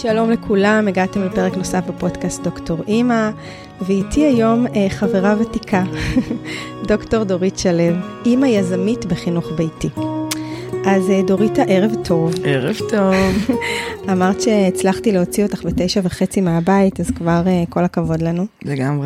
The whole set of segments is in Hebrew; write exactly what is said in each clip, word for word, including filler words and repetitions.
שלום לכולם, הגעתם לפרק נוסף בפודקאסט דוקטור אימא, ואיתי היום אה, חברה ותיקה, דוקטור דורית שלו, אימא יזמית בחינוך ביתי. אז אה, דוריתה, ערב טוב. ערב טוב. אמרת שהצלחתי להוציא אותך בתשע וחצי מהבית, אז כבר אה, כל הכבוד לנו. לגמרי.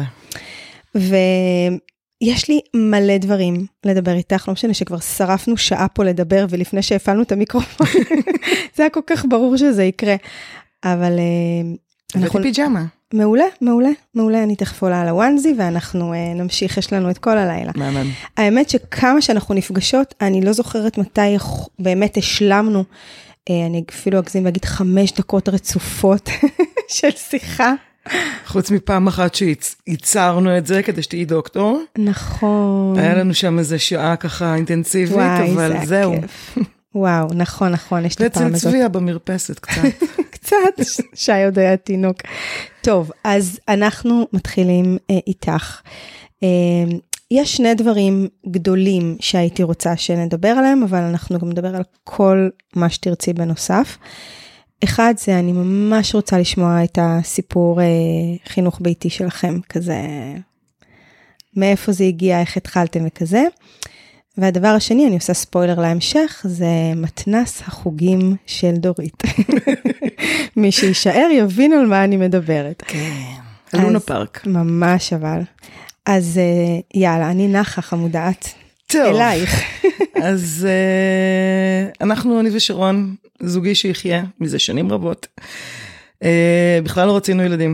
ויש לי מלא דברים לדבר איתך, לא משנה שכבר שרפנו שעה פה לדבר, ולפני שהפעלנו את המיקרופון, זה היה כל כך ברור שזה יקרה. אבל אנחנו... פיג'מה. מעולה, מעולה, מעולה. אני תכף עולה על הוואנזי, ואנחנו נמשיך, יש לנו את כל הלילה. מאמן. האמת שכמה שאנחנו נפגשות, אני לא זוכרת מתי באמת השלמנו, אני אפילו אגזים להגיד חמש דקות רצופות של שיחה. חוץ מפעם אחת שייצרנו את זה, כדי שתהי דוקטור. נכון. היה לנו שם איזה שעה ככה אינטנסיבית, וואי, אבל זה זהו. הכיף. וואו, נכון, נכון, יש לי פעם הזאת. בעצם צביע במרפסת קצת. קצת, שי עוד היה תינוק. טוב, אז אנחנו מתחילים אה, איתך. אה, יש שני דברים גדולים שהייתי רוצה שנדבר עליהם, אבל אנחנו גם נדבר על כל מה שתרצי בנוסף. אחד זה, אני ממש רוצה לשמוע את הסיפור אה, חינוך ביתי שלכם, כזה, מאיפה זה הגיע, איך התחלתם וכזה. והדבר השני, אני עושה ספוילר להמשך, זה מתנס החוגים של דורית. מי שישאר יבין על מה אני מדברת. כן, אלונה פארק. ממש אבל. אז יאללה, אני נחה חמודעת. טוב. אלייך. אז אנחנו, אני ושרון, זוגי שיחיה, מזה שנים רבות. בכלל לא רצינו ילדים.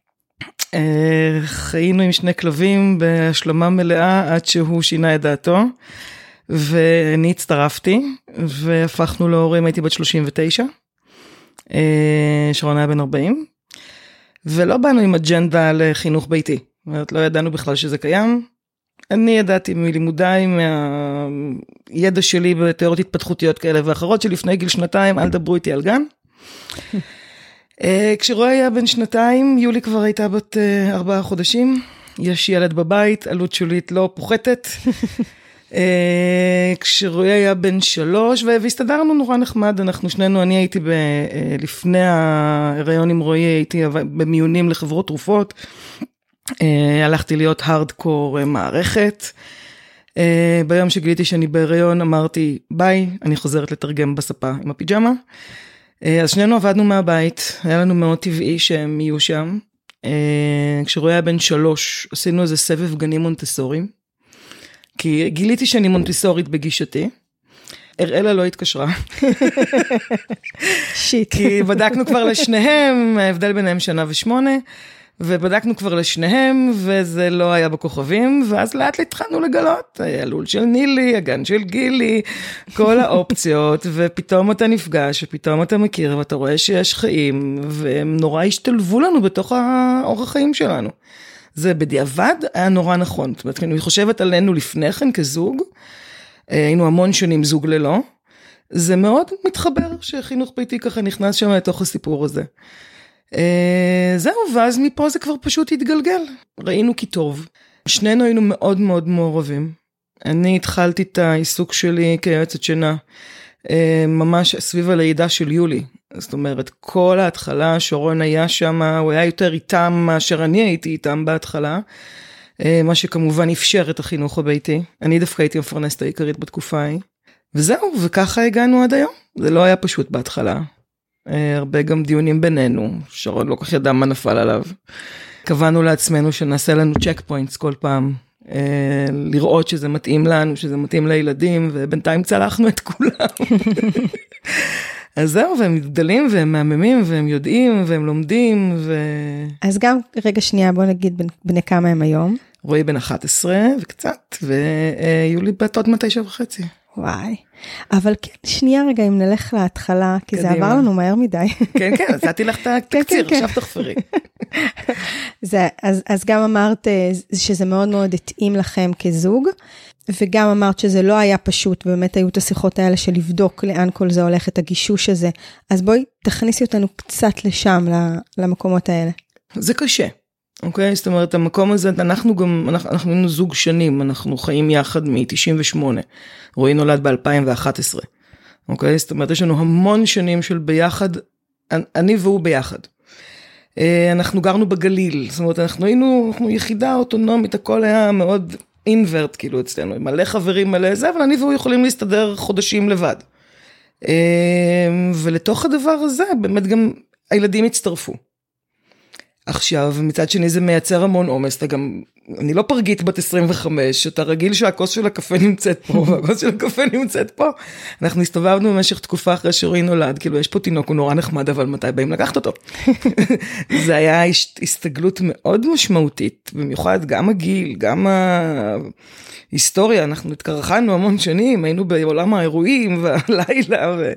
חיינו עם שני כלבים בהשלמה מלאה עד שהוא שינה את דעתו, ואני הצטרפתי, והפכנו להורים, הייתי בת שלושים ותשע, שרון היה בן ארבעים, ולא באנו עם אג'נדה לחינוך ביתי, זאת אומרת, לא ידענו בכלל שזה קיים, אני ידעתי מלימודיי, מהידע שלי בתיאוריות התפתחותיות כאלה ואחרות, שלפני גיל שנתיים, אל דברו איתי על גן, כשרועי היה בן שנתיים, יולי כבר הייתה בת ארבעה חודשים, יש ילד בבית, עלות שולית לא פוחתת, כשרועי היה בן שלוש, והסתדרנו נורא נחמד, אנחנו שנינו, אני הייתי ב, לפני ההיריון עם רועי, הייתי במיונים לחברות תרופות, הלכתי להיות הארדקור מערכת, ביום שגיליתי שאני בהיריון, אמרתי ביי, אני חוזרת לתרגם בספה עם הפיג'מה, אז שנינו עבדנו מהבית, היה לנו מאוד טבעי שהם יהיו שם. כשרועי היה בן שלוש, עשינו איזה סבב גנים מונטסוריים, כי גיליתי שאני מונטסורית בגישתי, אראלה לא התקשרה. שיט. כי בדקנו כבר לשניהם, ההבדל ביניהם שנה ושמונה, ובדקנו כבר לשניהם, וזה לא היה בכוכבים, ואז לאט התחלנו לגלות, הלול של נילי, הגן של גילי, כל האופציות, ופתאום אתה נפגש, ופתאום אתה מכיר, ואתה רואה שיש חיים, והם נורא השתלבו לנו בתוך האורח החיים שלנו. זה בדיעבד היה נורא נכון, זאת אומרת, אני חושבת עלינו לפני כן כזוג, היינו המון שנים זוג ללא, זה מאוד מתחבר שחינוך ביתי ככה נכנס שם לתוך הסיפור הזה. זהו, ואז מפה זה כבר פשוט התגלגל. ראינו כי טוב. שנינו היינו מאוד מאוד מעורבים. אני התחלתי את העיסוק שלי כיועצת שינה, ממש סביב הלידה של יולי. זאת אומרת, כל ההתחלה, שרון היה שם, הוא היה יותר איתם מאשר אני הייתי איתם בהתחלה, מה שכמובן אפשר את החינוך הביתי. אני דווקא הייתי המפרנסת העיקרית בתקופה ההיא. וזהו, וככה הגענו עד היום. זה לא היה פשוט בהתחלה. הרבה גם דיונים בינינו, שרון לא כך ידע מה נפל עליו. קבענו לעצמנו שנעשה לנו צ'ק פוינטס כל פעם, לראות שזה מתאים לנו, שזה מתאים לילדים, ובינתיים צלחנו את כולם. אז זהו, והם גדלים, והם מהממים, והם יודעים, והם לומדים, ו... אז גם רגע שנייה, בוא נגיד בני כמה הם היום. רועי בן אחת עשרה וקצת, ויולי בת עוד מתשע וחצי. וואי, אבל כן, שנייה רגע, אם נלך להתחלה, כי קדימה. זה עבר לנו מהר מדי. כן, כן, עשיתי לך את התקציר, כן, כן, עכשיו תחפרי. זה, אז, אז גם אמרת שזה מאוד מאוד התאים לכם כזוג, וגם אמרת שזה לא היה פשוט, ובאמת היו את השיחות האלה של לבדוק לאן כל זה הולך, את הגישוש הזה. אז בואי תכניסי אותנו קצת לשם, למקומות האלה. זה קשה. אוקיי, זאת אומרת, המקום הזה, אנחנו גם, אנחנו, אנחנו היינו זוג שנים, אנחנו חיים יחד מ-תשעים ושמונה, רועי נולד ב-אלפיים ואחת עשרה, אוקיי, זאת אומרת, יש לנו המון שנים של ביחד, אני והוא ביחד. אנחנו גרנו בגליל, זאת אומרת, אנחנו היינו, אנחנו יחידה אוטונומית, הכל היה מאוד אינברט, כאילו אצלנו, מלא חברים, מלא זה, אבל אני והוא יכולים להסתדר חודשים לבד. ולתוך הדבר הזה, באמת גם הילדים הצטרפו. עכשיו, מצד שני זה מייצר המון עומס, אתה גם, אני לא פרגית בת עשרים וחמש, אתה רגיל שהכוס של הקפה נמצאת פה, והכוס של הקפה נמצאת פה. אנחנו הסתובבנו במשך תקופה אחרי שרועי נולד, כאילו יש פה תינוק, הוא נורא נחמד, אבל מתי באים לקחת אותו? זה היה הסתגלות מאוד משמעותית, במיוחד גם הגיל, גם ההיסטוריה, אנחנו התקרחנו המון שנים, היינו בעולם האירועים והלילה ו...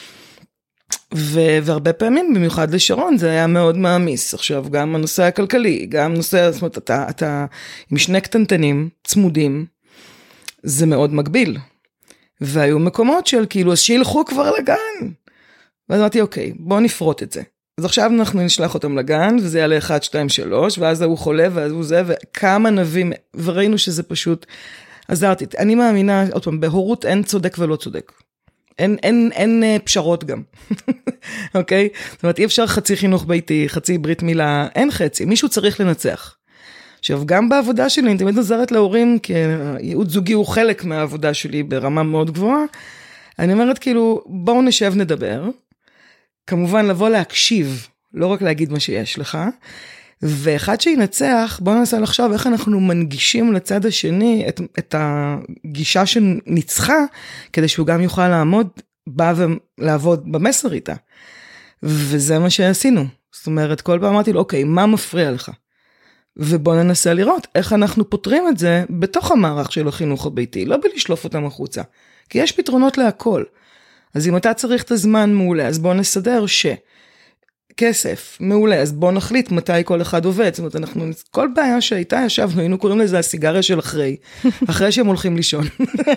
ו- והרבה פעמים, במיוחד לשרון, זה היה מאוד מעמיס. עכשיו, גם הנושא הכלכלי, גם נושא, זאת אומרת, אתה, אתה עם שני קטנטנים צמודים, זה מאוד מגביל. והיו מקומות של, כאילו, אז שילכו כבר לגן. ואז אמרתי, אוקיי, בוא נפרוט את זה. אז עכשיו אנחנו נשלח אותם לגן, וזה יעלה אחד, שתיים, שלוש, ואז הוא חולה, ואז הוא זה, וכמה נבים, וראינו שזה פשוט, עזרתי. אני מאמינה, עוד פעם, בהורות אין צודק ולא צודק. אין, אין, אין פשרות גם, אוקיי? זאת אומרת, אי אפשר חצי חינוך ביתי, חצי ברית מילה, אין חצי, מישהו צריך לנצח. עכשיו, גם בעבודה שלי, אני תמיד עוזרת להורים, כי ייעוד זוגי הוא חלק מהעבודה שלי ברמה מאוד גבוהה, אני אומרת כאילו, בואו נשב נדבר, כמובן לבוא להקשיב, לא רק להגיד מה שיש לך, ואחד שינצח, בואו ננסה לחשוב איך אנחנו מנגישים לצד השני את, את הגישה שניצחה, כדי שהוא גם יוכל לעמוד, בא ולעבוד במסר איתה. וזה מה שעשינו. זאת אומרת, כל פעם אמרתי לו, אוקיי, מה מפריע לך? ובואו ננסה לראות איך אנחנו פותרים את זה בתוך המערך של החינוך הביתי, לא בלשלוף אותם החוצה, כי יש פתרונות להכל. אז אם אתה צריך את הזמן מעולה, אז בואו נסדר ש... כסף, מעולה, אז בוא נחליט מתי כל אחד עובד, זאת אומרת, אנחנו, כל בעיה שהייתה, ישבנו, היינו קוראים לזה הסיגריה של אחרי, אחרי שהם הולכים לישון.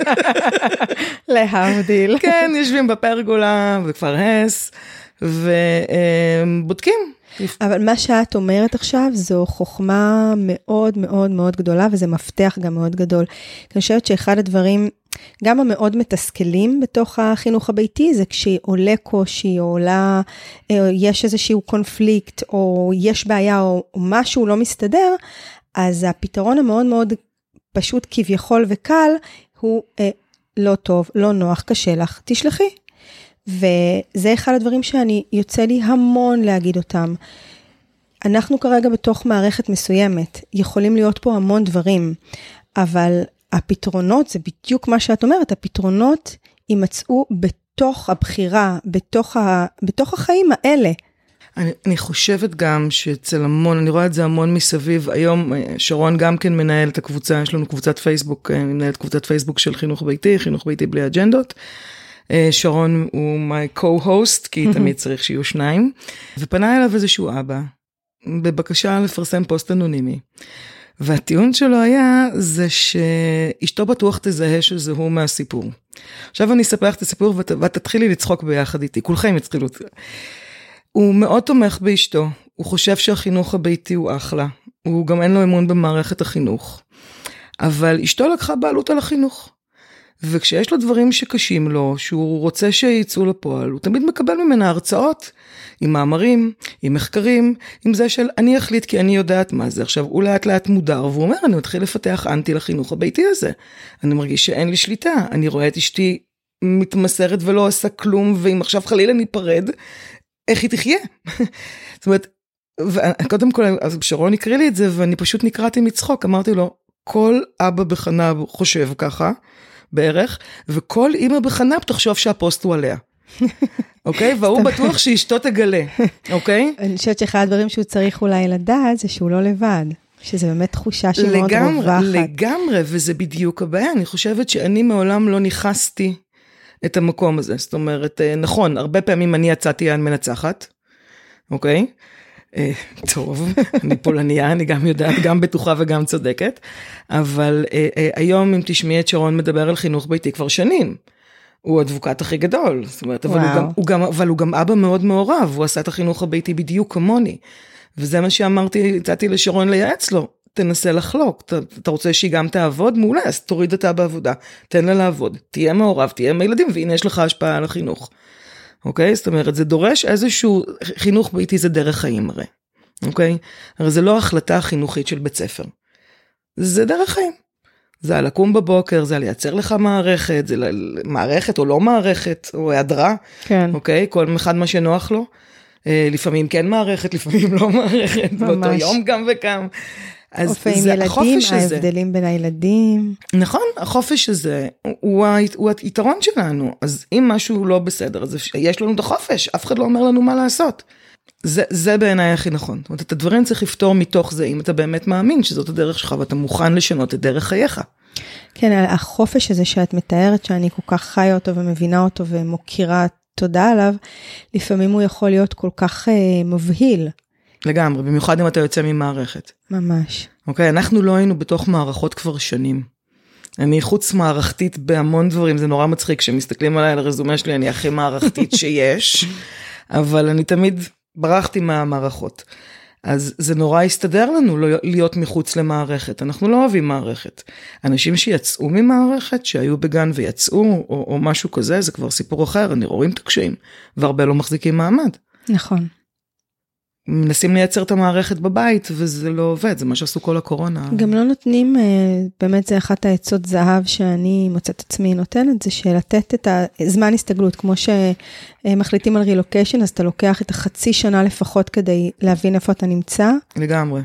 להבדיל. כן, יושבים בפרגולה, בכפר הס, ובודקים. אבל מה שאת אומרת עכשיו, זו חוכמה מאוד מאוד מאוד גדולה, וזה מפתח גם מאוד גדול. אני חושבת שאחד הדברים, גם המאוד מתסכלים בתוך החינוך הביתי, זה כשעולה קושי, או עולה, יש איזשהו קונפליקט, או יש בעיה, או משהו לא מסתדר, אז הפתרון המאוד מאוד פשוט כביכול וקל, הוא אה, לא טוב, לא נוח, קשה לך, תשלחי. וזה אחד הדברים שאני יוצא לי המון להגיד אותם. אנחנו כרגע בתוך מערכת מסוימת, יכולים להיות פה המון דברים, אבל הפתרונות, זה בדיוק מה שאת אומרת, הפתרונות יימצאו בתוך הבחירה, בתוך, ה, בתוך החיים האלה. אני, אני חושבת גם שאצל המון, אני רואה את זה המון מסביב, היום שרון גם כן מנהל את הקבוצה, יש לנו קבוצת פייסבוק, מנהלת קבוצת פייסבוק של חינוך ביתי, חינוך ביתי בלי אג'נדות, שרון הוא my co-host, כי תמיד צריך שיהיו שניים, ופנה אליו איזשהו אבא, בבקשה לפרסם פוסט אנונימי. והטיעון שלו היה, זה שאשתו בטוח תזהה שזה הוא מהסיפור. עכשיו אני אספר לך את הסיפור, ואת, ואת תתחילי לצחוק ביחד איתי, כולכם יתחילו. הוא מאוד תומך באשתו, הוא חושב שהחינוך הביתי הוא אחלה, הוא גם אין לו אמון במערכת החינוך, אבל אשתו לקחה בעלות על החינוך. וכשיש לו דברים שקשים לו, שהוא רוצה שיצאו לפועל, הוא תמיד מקבל ממנה הרצאות, עם מאמרים, עם מחקרים, עם זה של אני אחליט כי אני יודעת מה זה. עכשיו הוא לאט לאט מודר, והוא אומר, אני מתחיל לפתח אנטי לחינוך הביתי הזה. אני מרגיש שאין לי שליטה, אני רואה את אשתי מתמסרת ולא עושה כלום, ואם עכשיו חלילה ניפרד, איך היא תחיה? זאת אומרת, קודם כל, אז שרון יקריא לי את זה, ואני פשוט נקראתי מצחוק, אמרתי לו, כל אבא בחנב חושב ככה, בערך, וכל אמא בחנב תחשוב שהפוסט הוא עליה. אוקיי? והוא בטוח שאשתו תגלה. אוקיי? אני חושבת שאחד הדברים שהוא צריך אולי לדעת, זה שהוא לא לבד. שזה באמת תחושה שמאוד רווחת. לגמרי, וזה בדיוק הבעיה. אני חושבת שאני מעולם לא ניחסתי את המקום הזה. זאת אומרת, נכון, הרבה פעמים אני יצאתי המנצחת. אוקיי? טוב, אני פולניה, אני גם יודעת, גם בטוחה וגם צודקת, אבל היום אם תשמעי את שרון מדבר על חינוך ביתי כבר שנים, הוא הדבוקת הכי גדול, זאת אומרת, אבל הוא, גם, הוא גם, אבל הוא גם אבא מאוד מעורב, הוא עשה את החינוך הביתי בדיוק כמוני, וזה מה שאמרתי, הצעתי לשרון לייעץ לו, תנסה לחלוק, אתה, אתה רוצה שהיא גם תעבוד מעולה, אז תוריד אותה בעבודה, תן לה לעבוד, תהיה מעורב, תהיה עם הילדים, והנה יש לך השפעה על החינוך. אוקיי? זאת אומרת, זה דורש איזשהו, חינוך ביתי זה דרך חיים הרי, אוקיי? הרי זה לא החלטה חינוכית של בית ספר, זה דרך חיים. זה על לקום בבוקר, זה על לייצר לך מערכת, זה מערכת או לא מערכת, או היעדרה, כן. אוקיי? כל אחד מה שנוח לו. לפעמים כן מערכת, לפעמים לא מערכת, באותו יום גם וגם. אז זה ילדים, ההבדלים בין הילדים. נכון, החופש הזה הוא, הוא היתרון שלנו, אז אם משהו לא בסדר, אז יש לנו את החופש, אף אחד לא אומר לנו מה לעשות. זה, זה בעיניי הכי נכון. זאת אומרת, את הדברים צריך לפתור מתוך זה, אם אתה באמת מאמין שזאת הדרך שלך, ואתה מוכן לשנות את דרך חייך. כן, החופש הזה שאת מתארת, שאני כל כך חיה אותו ומבינה אותו ומוכירה תודה עליו, לפעמים הוא יכול להיות כל כך אה, מבהיל. לגמרי, במיוחד אם אתה יוצא ממערכת. ממש. אוקיי, אנחנו לא היינו בתוך מערכות כבר שנים. אני חוץ מערכתית בהמון דברים, זה נורא מצחיק, כשמסתכלים עליי על הרזומה שלי, אני הכי מערכתית שיש, אבל אני תמיד ברחתי מהמערכות. אז זה נורא הסתדר לנו להיות מחוץ למערכת. אנחנו לא אוהבים מערכת. אנשים שיצאו ממערכת, שהיו בגן ויצאו, או, או משהו כזה, זה כבר סיפור אחר, אני רואים את הקשיים, והרבה לא מחזיקים מעמד. נכון. מנסים לייצר את המערכת בבית, וזה לא עובד, זה מה שעשו כל הקורונה. גם לא נותנים, באמת זה אחת העצות זהב שאני מוצאת עצמי נותנת, זה שלתת את הזמן הסתגלות, כמו שמחליטים על רילוקיישן, אז אתה לוקח את החצי שנה לפחות כדי להבין איפה אתה נמצא. לגמרי.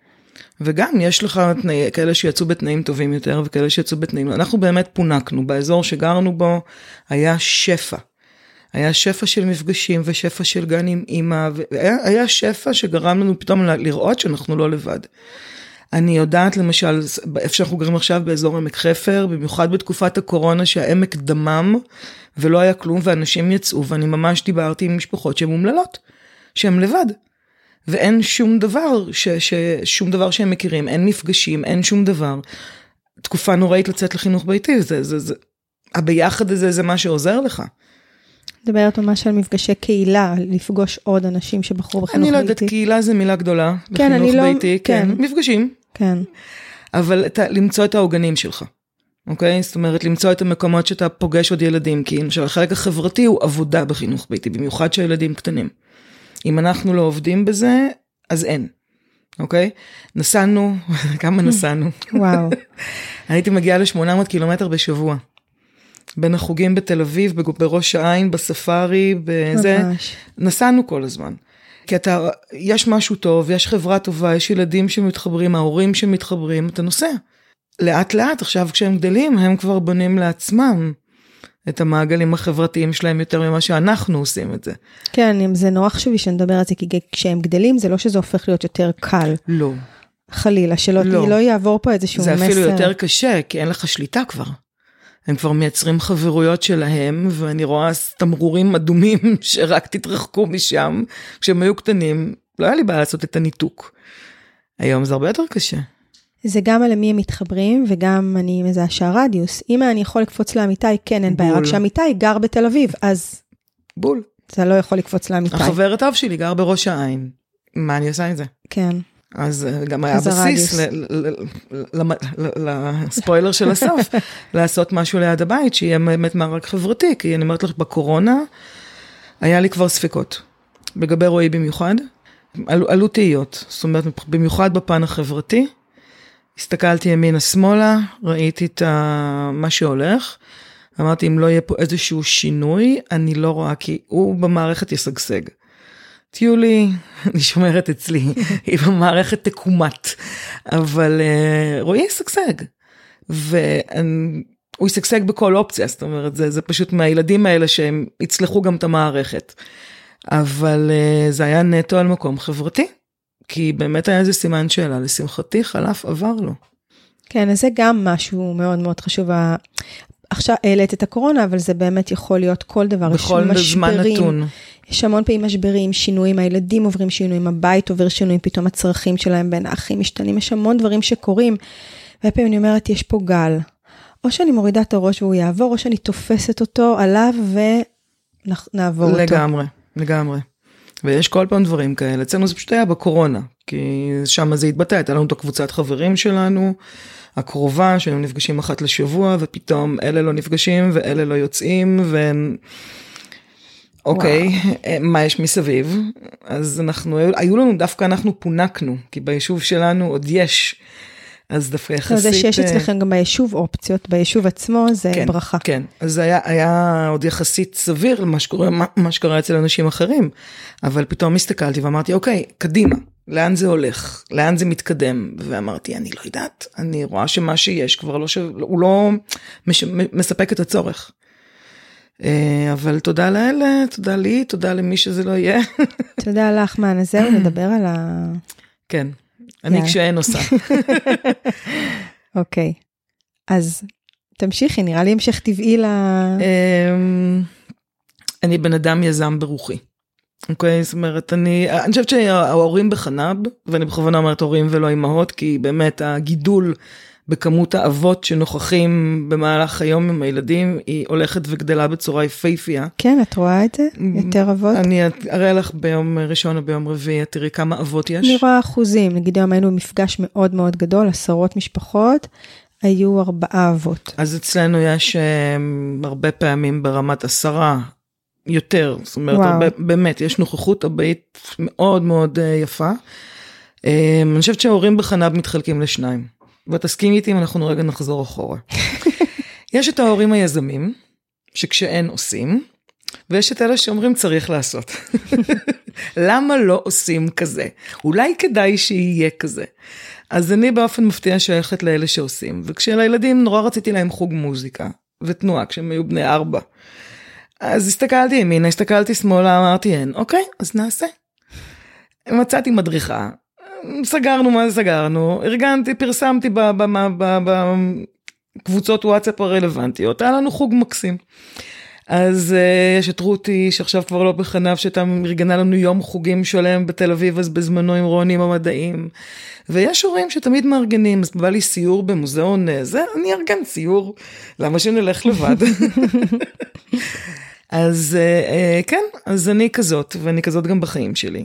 וגם יש לך תנאי, כאלה שיצאו בתנאים טובים יותר, וכאלה שיצאו בתנאים, אנחנו באמת פונקנו, באזור שגרנו בו היה שפע. היה שפע של מפגשים ושפע של גן עם אמא, והיה, היה שפע שגרם לנו פתאום לראות שאנחנו לא לבד. אני יודעת למשל, איפה שאנחנו גרים עכשיו באזור עמק חפר, במיוחד בתקופת הקורונה שהעמק דמם, ולא היה כלום, ואנשים יצאו, ואני ממש דיברתי עם משפחות שהן מומללות, שהן לבד. ואין שום דבר, ש, ש, שום דבר שהם מכירים, אין מפגשים, אין שום דבר. תקופה נוראית לצאת לחינוך ביתי, זה, זה, זה, הביחד הזה זה מה שעוזר לך. מדברת ממש על מפגשי קהילה, לפגוש עוד אנשים שבחרו בחינוך ביתי. אני לא יודעת, קהילה זה מילה גדולה, כן, לחינוך אני ביתי, לא, כן, כן. מפגשים. כן. אבל אתה, למצוא את העוגנים שלך, אוקיי? זאת אומרת, למצוא את המקומות שאתה פוגש עוד ילדים, כי למשל, החלק החברתי הוא עבודה בחינוך ביתי, במיוחד שהילדים קטנים. אם אנחנו לא עובדים בזה, אז אין, אוקיי? נסענו, כמה נסענו? וואו. הייתי מגיעה ל-שמונה מאות קילומטר בשבוע. בין החוגים בתל אביב, בראש העין, בספארי, בזה. ממש. נסענו כל הזמן. כי אתה, יש משהו טוב, יש חברה טובה, יש ילדים שמתחברים, ההורים שמתחברים, אתה נוסע. לאט לאט, עכשיו כשהם גדלים, הם כבר בונים לעצמם את המעגלים החברתיים שלהם יותר ממה שאנחנו עושים את זה. כן, זה נורא חשובי שנדבר על זה, כי כשהם גדלים, זה לא שזה הופך להיות יותר קל. לא. חלילה, שלא לא. לא יעבור פה איזשהו מסר. זה אפילו יותר קשה, כי אין לך שליטה כבר. הם כבר מייצרים חברויות שלהם, ואני רואה תמרורים אדומים שרק תתרחקו משם. כשהם היו קטנים, לא היה לי בעיה לעשות את הניתוק. היום זה הרבה יותר קשה. זה גם על מי הם מתחברים, וגם אני מזהה שהרדיוס. אם אני יכול לקפוץ לאמיתי, כן, אין בעיה. רק שאמיתי גר בתל אביב, אז... בול. אתה לא יכול לקפוץ לאמיתי. החבר הטוב שלי גר בראש העין. מה אני עושה עם זה? כן. אז גם היה בסיס לספוילר של הסוף, לעשות משהו ליד הבית, שיהיה באמת מארג חברתי, כי אני אומרת לך, בקורונה, היה לי כבר ספקות. לגבי רועי במיוחד, עלו תהיות, זאת אומרת, במיוחד בפן החברתי, הסתכלתי ימינה שמאלה, ראיתי את מה שהולך, אמרתי, אם לא יהיה פה איזשהו שינוי, אני לא רואה, כי הוא במערכת יסגסג. תהיו לי, אני שומרת אצלי, היא במערכת תקומת, אבל uh, רועי יסגסג, והוא יסגסג בכל אופציה, זאת אומרת, זה, זה פשוט מהילדים האלה שהם יצלחו גם את המערכת, אבל uh, זה היה נטו על מקום חברתי, כי באמת היה איזה סימן שאלה, לשמחתי חלף עבר לו. כן, אז זה גם משהו מאוד מאוד חשוב, עכשיו העלית את הקורונה, אבל זה באמת יכול להיות כל דבר. בכל זמן נתון. יש המון פעמים משברים, שינויים, הילדים עוברים שינויים, הבית עובר שינויים, פתאום הצרכים שלהם בין האחים משתנים, יש המון דברים שקורים, והפעמים אני אומרת, יש פה גל. או שאני מורידה את הראש והוא יעבור, או שאני תופסת אותו עליו ונעבור אותו. לגמרי, לגמרי. ויש כל פעם דברים כאלה. אצלנו זה פשוט היה בקורונה, כי שם זה התבטא, הייתה לנו את הקבוצת חברים שלנו, הקרובה, שהם נפגשים אחת לשבוע, ופתאום אלה לא נפגשים, ואלה לא יוצאים, אוקיי, מה יש מסביב? אז אנחנו, היו לנו, דווקא אנחנו פונקנו, כי ביישוב שלנו עוד יש, אז דווקא יחסית... זה שיש אצלכם גם ביישוב אופציות, ביישוב עצמו זה כן, ברכה. כן, אז היה, היה עוד יחסית סביר למה שקורה, מה, מה שקרה אצל אנשים אחרים, אבל פתאום הסתכלתי ואמרתי, אוקיי, קדימה, לאן זה הולך? לאן זה מתקדם? ואמרתי, אני לא יודעת, אני רואה שמה שיש כבר לא, ש... הוא לא מש... מספק את הצורך. אבל תודה לאלה, תודה לי, תודה למי שזה לא יהיה. תודה לך, מה, אז זהו, נדבר על ה... כן, אני כשאין עושה. אוקיי, אז תמשיכי, נראה לי המשך טבעי ל... אני בן אדם יזם ברוחי. אוקיי, זאת אומרת, אני, אני חושבת שההורים בחנב, ואני בכוונה אומרת הורים ולא אמהות, כי באמת הגידול בכמות האבות שנוכחים במהלך היום עם הילדים, היא הולכת וגדלה בצורה יפהפייה. כן, את רואה את זה? יותר אבות? אני אראה לך ביום ראשון או ביום רביעי, תראי כמה אבות יש. אני רואה אחוזים, נגיד היום היינו מפגש מאוד מאוד גדול, עשרות משפחות, היו ארבעה אבות. אז אצלנו יש הרבה פעמים ברמת עשרה, יותר, זאת אומרת, הרבה, באמת, יש נוכחות הבית מאוד מאוד יפה. אני חושבת שההורים בחנב מתחלקים לשניים. ותסכים איתי אם אנחנו רגע נחזור אחורה. יש את ההורים היזמים, שכשאין עושים, ויש את אלה שאומרים צריך לעשות. למה לא עושים כזה? אולי כדאי שיהיה כזה. אז אני באופן מפתיע שייכת לאלה שעושים, וכשלילדים נורא רציתי להם חוג מוזיקה, ותנועה, כשהם היו בני ארבע. אז הסתכלתי ימינה, הסתכלתי שמאלה, אמרתי אין, אוקיי, אז נעשה. מצאתי מדריכה, סגרנו מה זה סגרנו, ארגנתי, פרסמתי בקבוצות וואטסאפ הרלוונטיות, היה לנו חוג מקסים. אז יש את רותי, שעכשיו כבר לא בחנב, שאתה ארגנה לנו יום חוגים שלם בתל אביב, אז בזמנו עם רונים המדעים. ויש הורים שתמיד מארגנים, אז בא לי סיור במוזיאון, זה, אני ארגן סיור, למה שנלך לבד? אז כן, אז אני כזאת, ואני כזאת גם בחיים שלי.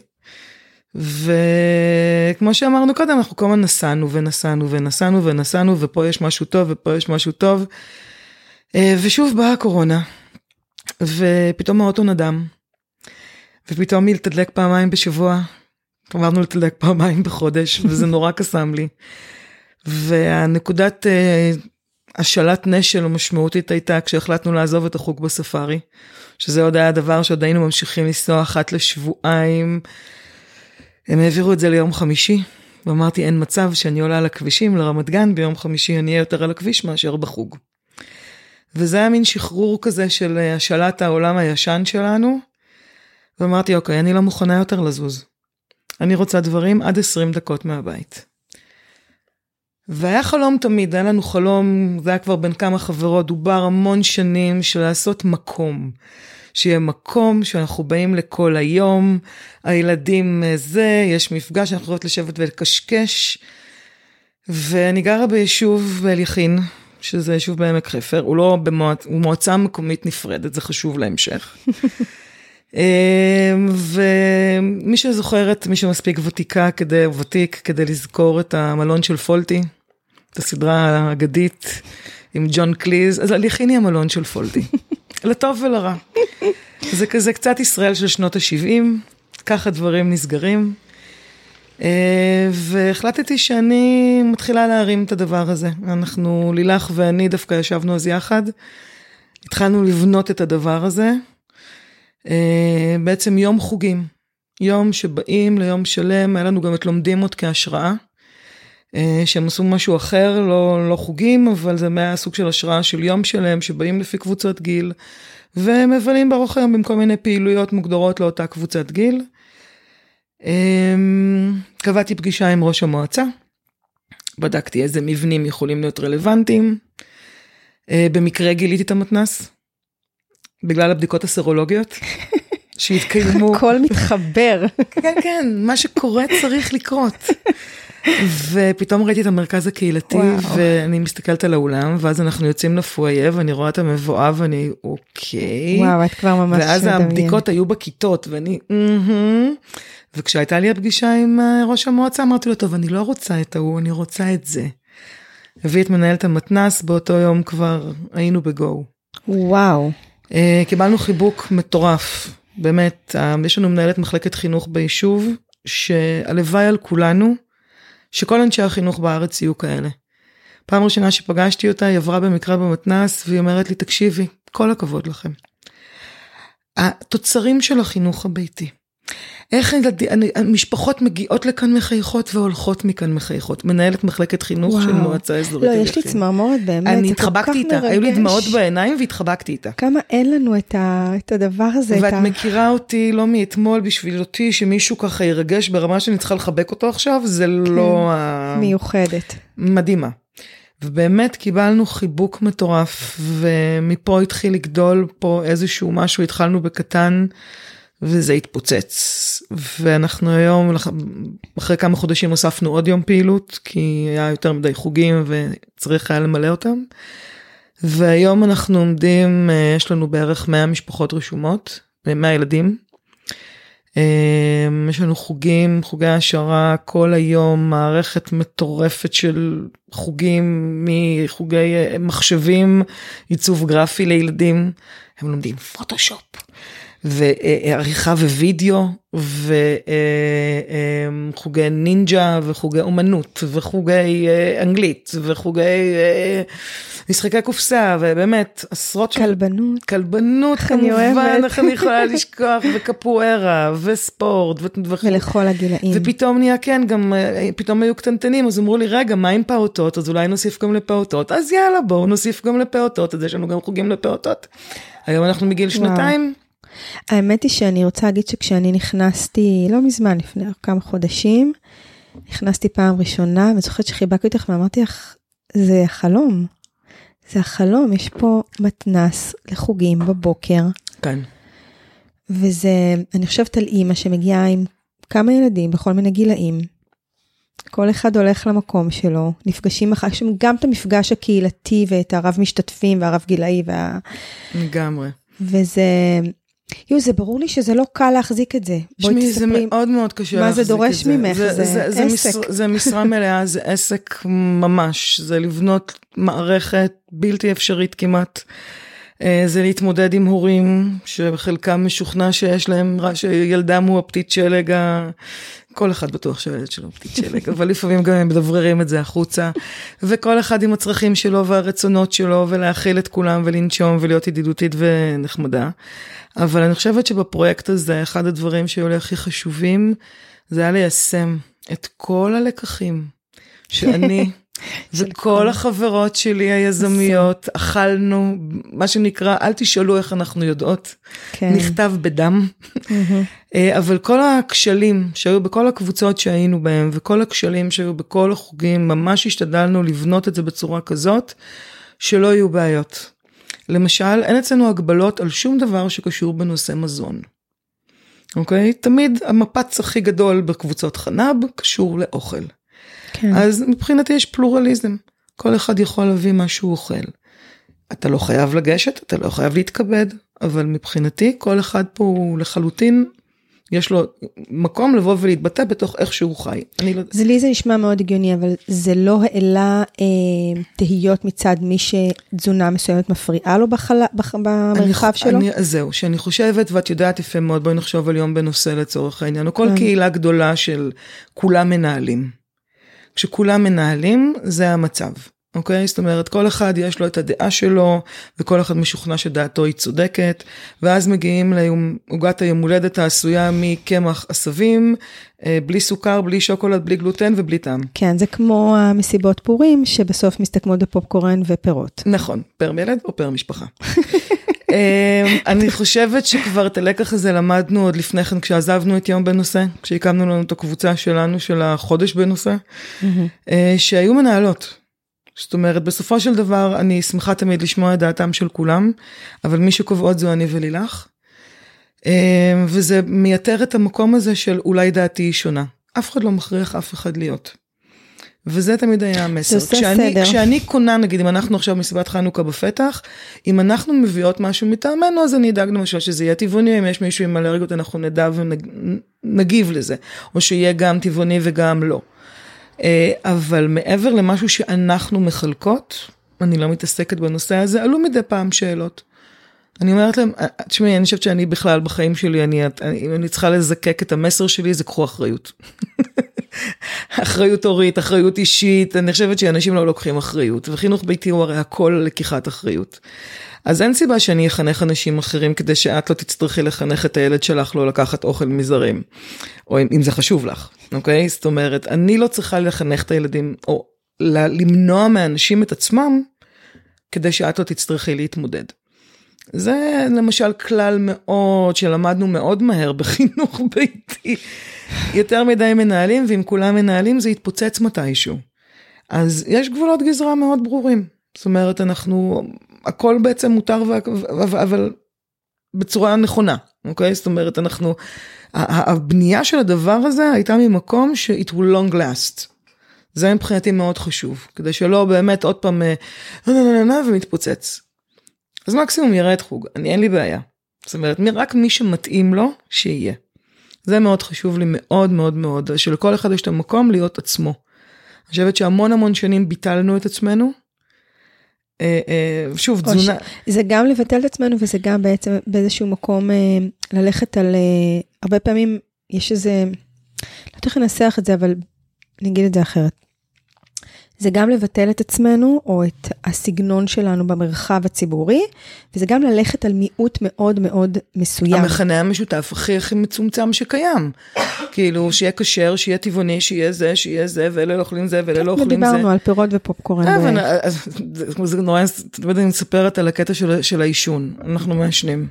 וכמו שאמרנו קודם, אנחנו כל הזמן נסענו ונסענו ונסענו ונסענו, ופה יש משהו טוב ופה יש משהו טוב. ושוב באה הקורונה, ופתאום האוטו נדם, ופתאום היא לתדלק פעמיים בשבוע, אמרנו לתדלק פעמיים בחודש, וזה נורא קסם לי. והנקודת השלט נשל המשמעותית הייתה כשהחלטנו לעזוב את החוג בספארי, שזה עוד היה הדבר שעוד היינו ממשיכים לנסוע אחת לשבועיים. הם העבירו את זה ליום חמישי, ואמרתי אין מצב שאני עולה על הכבישים לרמת גן, ביום חמישי אני אהיה יותר על הכביש מאשר בחוג. וזה היה מין שחרור כזה של השלט העולם הישן שלנו, ואמרתי אוקיי, אני לא מוכנה יותר לזוז. אני רוצה דברים עד עשרים דקות מהבית. והיה חלום תמיד, היה לנו חלום, זה היה כבר בין כמה חברות, דובר המון שנים של לעשות מקום. שיהיה מקום שאנחנו באים לכל היום, הילדים זה, יש מפגש, אנחנו יכולות לשבת ולקשקש, ואני גרה ביישוב באליכין, שזה יישוב בעמק חפר, הוא לא במועצ... הוא מועצה מקומית נפרדת, זה חשוב להמשך. ומי שזוכרת, מי שמספיק ותיקה כדי, ותיק, כדי לזכור את המלון של פולטי, את הסדרה האגדית עם ג'ון קליז, אז אליכין היא המלון של פולטי. לטוב ולרע. זה כזה קצת ישראל של שנות ה-שבעים, ככה דברים נסגרים, והחלטתי שאני מתחילה להרים את הדבר הזה. אנחנו, לילך ואני דווקא ישבנו אז יחד, התחלנו לבנות את הדבר הזה, בעצם יום חוגים, יום שבאים ליום שלם, היה לנו גם את לומדים עוד כהשראה, שהם עשו משהו אחר, לא, לא חוגים, אבל זה מהסוג של השראה של יום שלם, שבאים לפי קבוצות גיל, ומבלים ברוך היום עם כל מיני פעילויות מוגדרות לאותה קבוצת גיל. קבעתי פגישה עם ראש המועצה, בדקתי איזה מבנים יכולים להיות רלוונטיים, במקרה גיליתי את המתנס, בגלל הבדיקות הסרולוגיות, שהתקיימו. הכל מתחבר. כן, כן, מה שקורה צריך לקרות. ופתאום ראיתי את המרכז הקהילתי, וואו. ואני מסתכלת על האולם, ואז אנחנו יוצאים לפואיה, ואני רואה את המבואה, ואני, אוקיי. וואו, את כבר ממש ואז מדמיין. הבדיקות היו בכיתות, ואני, mm-hmm. וכשהייתה לי הפגישה עם ראש המועצה, אמרתי לו, טוב, אני לא רוצה את ההוא, אני רוצה את זה. הביא את מנהלת המתנס, באותו יום כבר היינו בגו. וואו. קיבלנו חיבוק מטורף. באמת, יש לנו מנהלת מחלקת חינוך ביישוב, שהלוואי על כולנו, שכל אנשי החינוך בארץ יהיו כאלה. פעם ראשונה שפגשתי אותה, היא עברה במקרה במתנ"ס, והיא אומרת לי, תקשיבי, כל הכבוד לכם. התוצרים של החינוך הביתי, איך המשפחות מגיעות לכאן מחייכות והולכות מכאן מחייכות, מנהלת מחלקת חינוך וואו. של מועצה אזורית. לא, יש לי צמרמורת באמת, אני התחבקתי איתה, מרגש. היו לי דמעות בעיניים והתחבקתי איתה. כמה אין לנו את, ה, את הדבר הזה. ואת ה... מכירה אותי לא מאתמול בשביל אותי, שמישהו ככה ירגש ברמה שאני צריכה לחבק אותו עכשיו, זה כן, לא... מיוחדת. מדהימה. ובאמת קיבלנו חיבוק מטורף, ומפה התחיל לגדול פה איזשהו משהו, התחלנו בקטן, וזה התפוצץ. ואנחנו היום, אחרי כמה חודשים הוספנו עוד יום פעילות, כי היה יותר מדי חוגים, וצריך היה למלא אותם. והיום אנחנו עומדים, יש לנו בערך מאה משפחות רשומות, מאה ילדים. יש לנו חוגים, חוגי העשרה, כל היום מערכת מטורפת של חוגים, מחוגי מחשבים, עיצוב גרפי לילדים, הם לומדים פוטושופ, ועריכה ווידאו, וחוגי נינג'ה, וחוגי אומנות, וחוגי אנגלית, וחוגי משחקי קופסה, ובאמת עשרות... כלבנות. כלבנות, כמובן, איך אני יכולה לשכוח, וקפוארה, וספורט, ולכל הגילאים. ופתאום נהיה, כן, גם, פתאום היו קטנטנים, אז אמרו לי, רגע, מה עם פעוטות? אז אולי נוסיף גם לפעוטות. אז יאללה, בואו נוסיף גם לפעוטות, אז יש לנו גם חוגים לפעוטות. היום אנחנו מגיל שנתיים. האמת היא שאני רוצה להגיד שכשאני נכנסתי, לא מזמן, לפני כמה חודשים, נכנסתי פעם ראשונה, וזוכרת שחיבקתי אותך ואמרתי לך, זה החלום. זה החלום, יש פה מתנס לחוגים בבוקר. כן. וזה, אני חושבת על אימא שמגיעה עם כמה ילדים בכל מיני גילאים. כל אחד הולך למקום שלו, נפגשים אחר, יש גם את המפגש הקהילתי ואת הרב משתתפים והרב גילאי. וה... לגמרי. וזה... יו, זה ברור לי שזה לא קל להחזיק את זה. שמי, זה מאוד מאוד קשה להחזיק את זה. מה זה דורש ממך? זה, זה, זה, זה עסק. משרה, זה משרה מלאה, זה עסק ממש. זה לבנות מערכת בלתי אפשרית כמעט. זה להתמודד עם הורים, שחלקם משוכנע שיש להם, שילדם הוא הפתית שלג, כל אחד בטוח שהילד שלו פתית שלג, אבל לפעמים גם הם מדבררים את זה החוצה, וכל אחד עם הצרכים שלו והרצונות שלו, ולהכיל את כולם ולנשום ולהיות ידידותית ונחמדה. אבל אני חושבת שבפרויקט הזה, אחד הדברים שהיו לי הכי חשובים, זה היה ליישם את כל הלקחים שאני וכל החברות שלי היזמיות, אכלנו, מה שנקרא, אל תשאלו איך אנחנו יודעות, נכתב בדם, אבל כל הכשלים שהיו בכל הקבוצות שהיינו בהם, וכל הכשלים שהיו בכל החוגים, ממש השתדלנו לבנות את זה בצורה כזאת, שלא יהיו בעיות. למשל, אין אצלנו הגבלות על שום דבר שקשור בנושא מזון. אוקיי? תמיד המפץ הכי גדול בקבוצות חנב קשור לאוכל. כן. אז מבחינתי יש פלורליזם. כל אחד יכול להביא מה שהוא אוכל. אתה לא חייב לגשת, אתה לא חייב להתכבד, אבל מבחינתי כל אחד פה הוא לחלוטין, יש לו מקום לבוא ולהתבטא בתוך איך שהוא חי. אני לא... זה לי זה נשמע מאוד הגיוני, אבל זה לא העלה אה, תהיות מצד מי שתזונה מסוימת מפריעה לו בחלה, בח, במרחב אני, שלו? אני, זהו, שאני חושבת, ואת יודעת יפה מאוד, בואי נחשוב על יום בנושא לצורך העניין, או כל כן. קהילה גדולה של כולם מנהלים. כשכולם מנהלים, זה המצב. אוקיי? זאת אומרת, כל אחד יש לו את הדעה שלו, וכל אחד משוכנע שדעתו היא צודקת, ואז מגיעים לעוגת היום הולדת העשויה מקמח עשבים, בלי סוכר, בלי שוקולד, בלי גלוטן ובלי טעם. כן, זה כמו המסיבות פורים, שבסוף מסתכמות בפופקורן ופירות. נכון, פר ילד או פר משפחה. אני חושבת שכבר את הלקח הזה למדנו עוד לפני כן, כשעזבנו את יום בנושא, כשהקמנו לנו את הקבוצה שלנו של החודש בנושא, שהיו מנהלות. זאת אומרת, בסופו של דבר, אני שמחה תמיד לשמוע את דעתם של כולם, אבל מי שקובעות זו אני ולילך, וזה מייתר את המקום הזה של אולי דעתי היא שונה. אף אחד לא מכריח אף אחד להיות. וזה תמיד היה המסר. כשאני, כשאני קונה, נגיד, אם אנחנו עכשיו מסיבת חנוכה בפתח, אם אנחנו מביאות משהו מטעמנו, אז אני אדאג למשל שזה יהיה טבעוני, אם יש מישהו עם אלרגיות, אנחנו נדע ונגיב לזה, או שיהיה גם טבעוני וגם לא. אבל מעבר למשהו שאנחנו מחלקות, אני לא מתעסקת בנושא הזה, עלו מדי פעם שאלות. אני אומרת להם, תשמעי, אני חושבת שאני בכלל בחיים שלי, אני, אני, אני צריכה לזקק את המסר שלי, זה קחו אחריות. אחריות הורית, אחריות אישית, אני חושבת שאנשים לא לוקחים אחריות, וחינוך ביתי הוא הרי הכל לקיחת אחריות. אז אין סיבה שאני אחנך אנשים אחרים, כדי שאת לא תצטרכי לחנך את הילד שלך, לא לקחת אוכל מזרים, או אם, אם זה חשוב לך, אוקיי? זאת אומרת, אני לא צריכה לחנך את הילדים, או למנוע מאנשים את עצמם, כדי שאת לא תצטרכי להתמודד. זה למשל כלל מאוד, שלמדנו מאוד מהר בחינוך ביתי. יותר מדי מנהלים, ואם כולם מנהלים זה יתפוצץ מתישהו. אז יש גבולות גזרה מאוד ברורים. זאת אומרת, אנחנו, הכל בעצם מותר, אבל בצורה נכונה, אוקיי? זאת אומרת, אנחנו, הבנייה של הדבר הזה הייתה ממקום ש-it will long last. זה מבחינתי מאוד חשוב, כדי שלא באמת עוד פעם, ומתפוצץ. אז מקסימום יראה את חוג, אני אין לי בעיה. זאת אומרת, רק מי שמתאים לו, שיהיה. זה מאוד חשוב לי, מאוד מאוד מאוד, שלכל אחד יש את המקום להיות עצמו. אני חושבת שהמון המון שנים ביטלנו את עצמנו, שוב, תזונה. זה גם לבטל את עצמנו, וזה גם בעצם באיזשהו מקום ללכת על, הרבה פעמים יש איזה, לא יודעת איך לנסח את זה, אבל נגיד את זה אחרת. זה גם לבטל את עצמנו, או את הסגנון שלנו במרחב הציבורי, וזה גם ללכת על מיעוט מאוד מאוד מסוים. המכנה המשותף הכי הכי מצומצם שקיים. כאילו, שיהיה כשר, שיהיה טבעוני, שיהיה זה, שיהיה זה, ואלה לא אוכלים זה, ואלה לא אוכלים זה. ודיברנו על פירות ופופקורן. זה נורא, אני מספרת על הקטע של העישון. אנחנו מעשנים.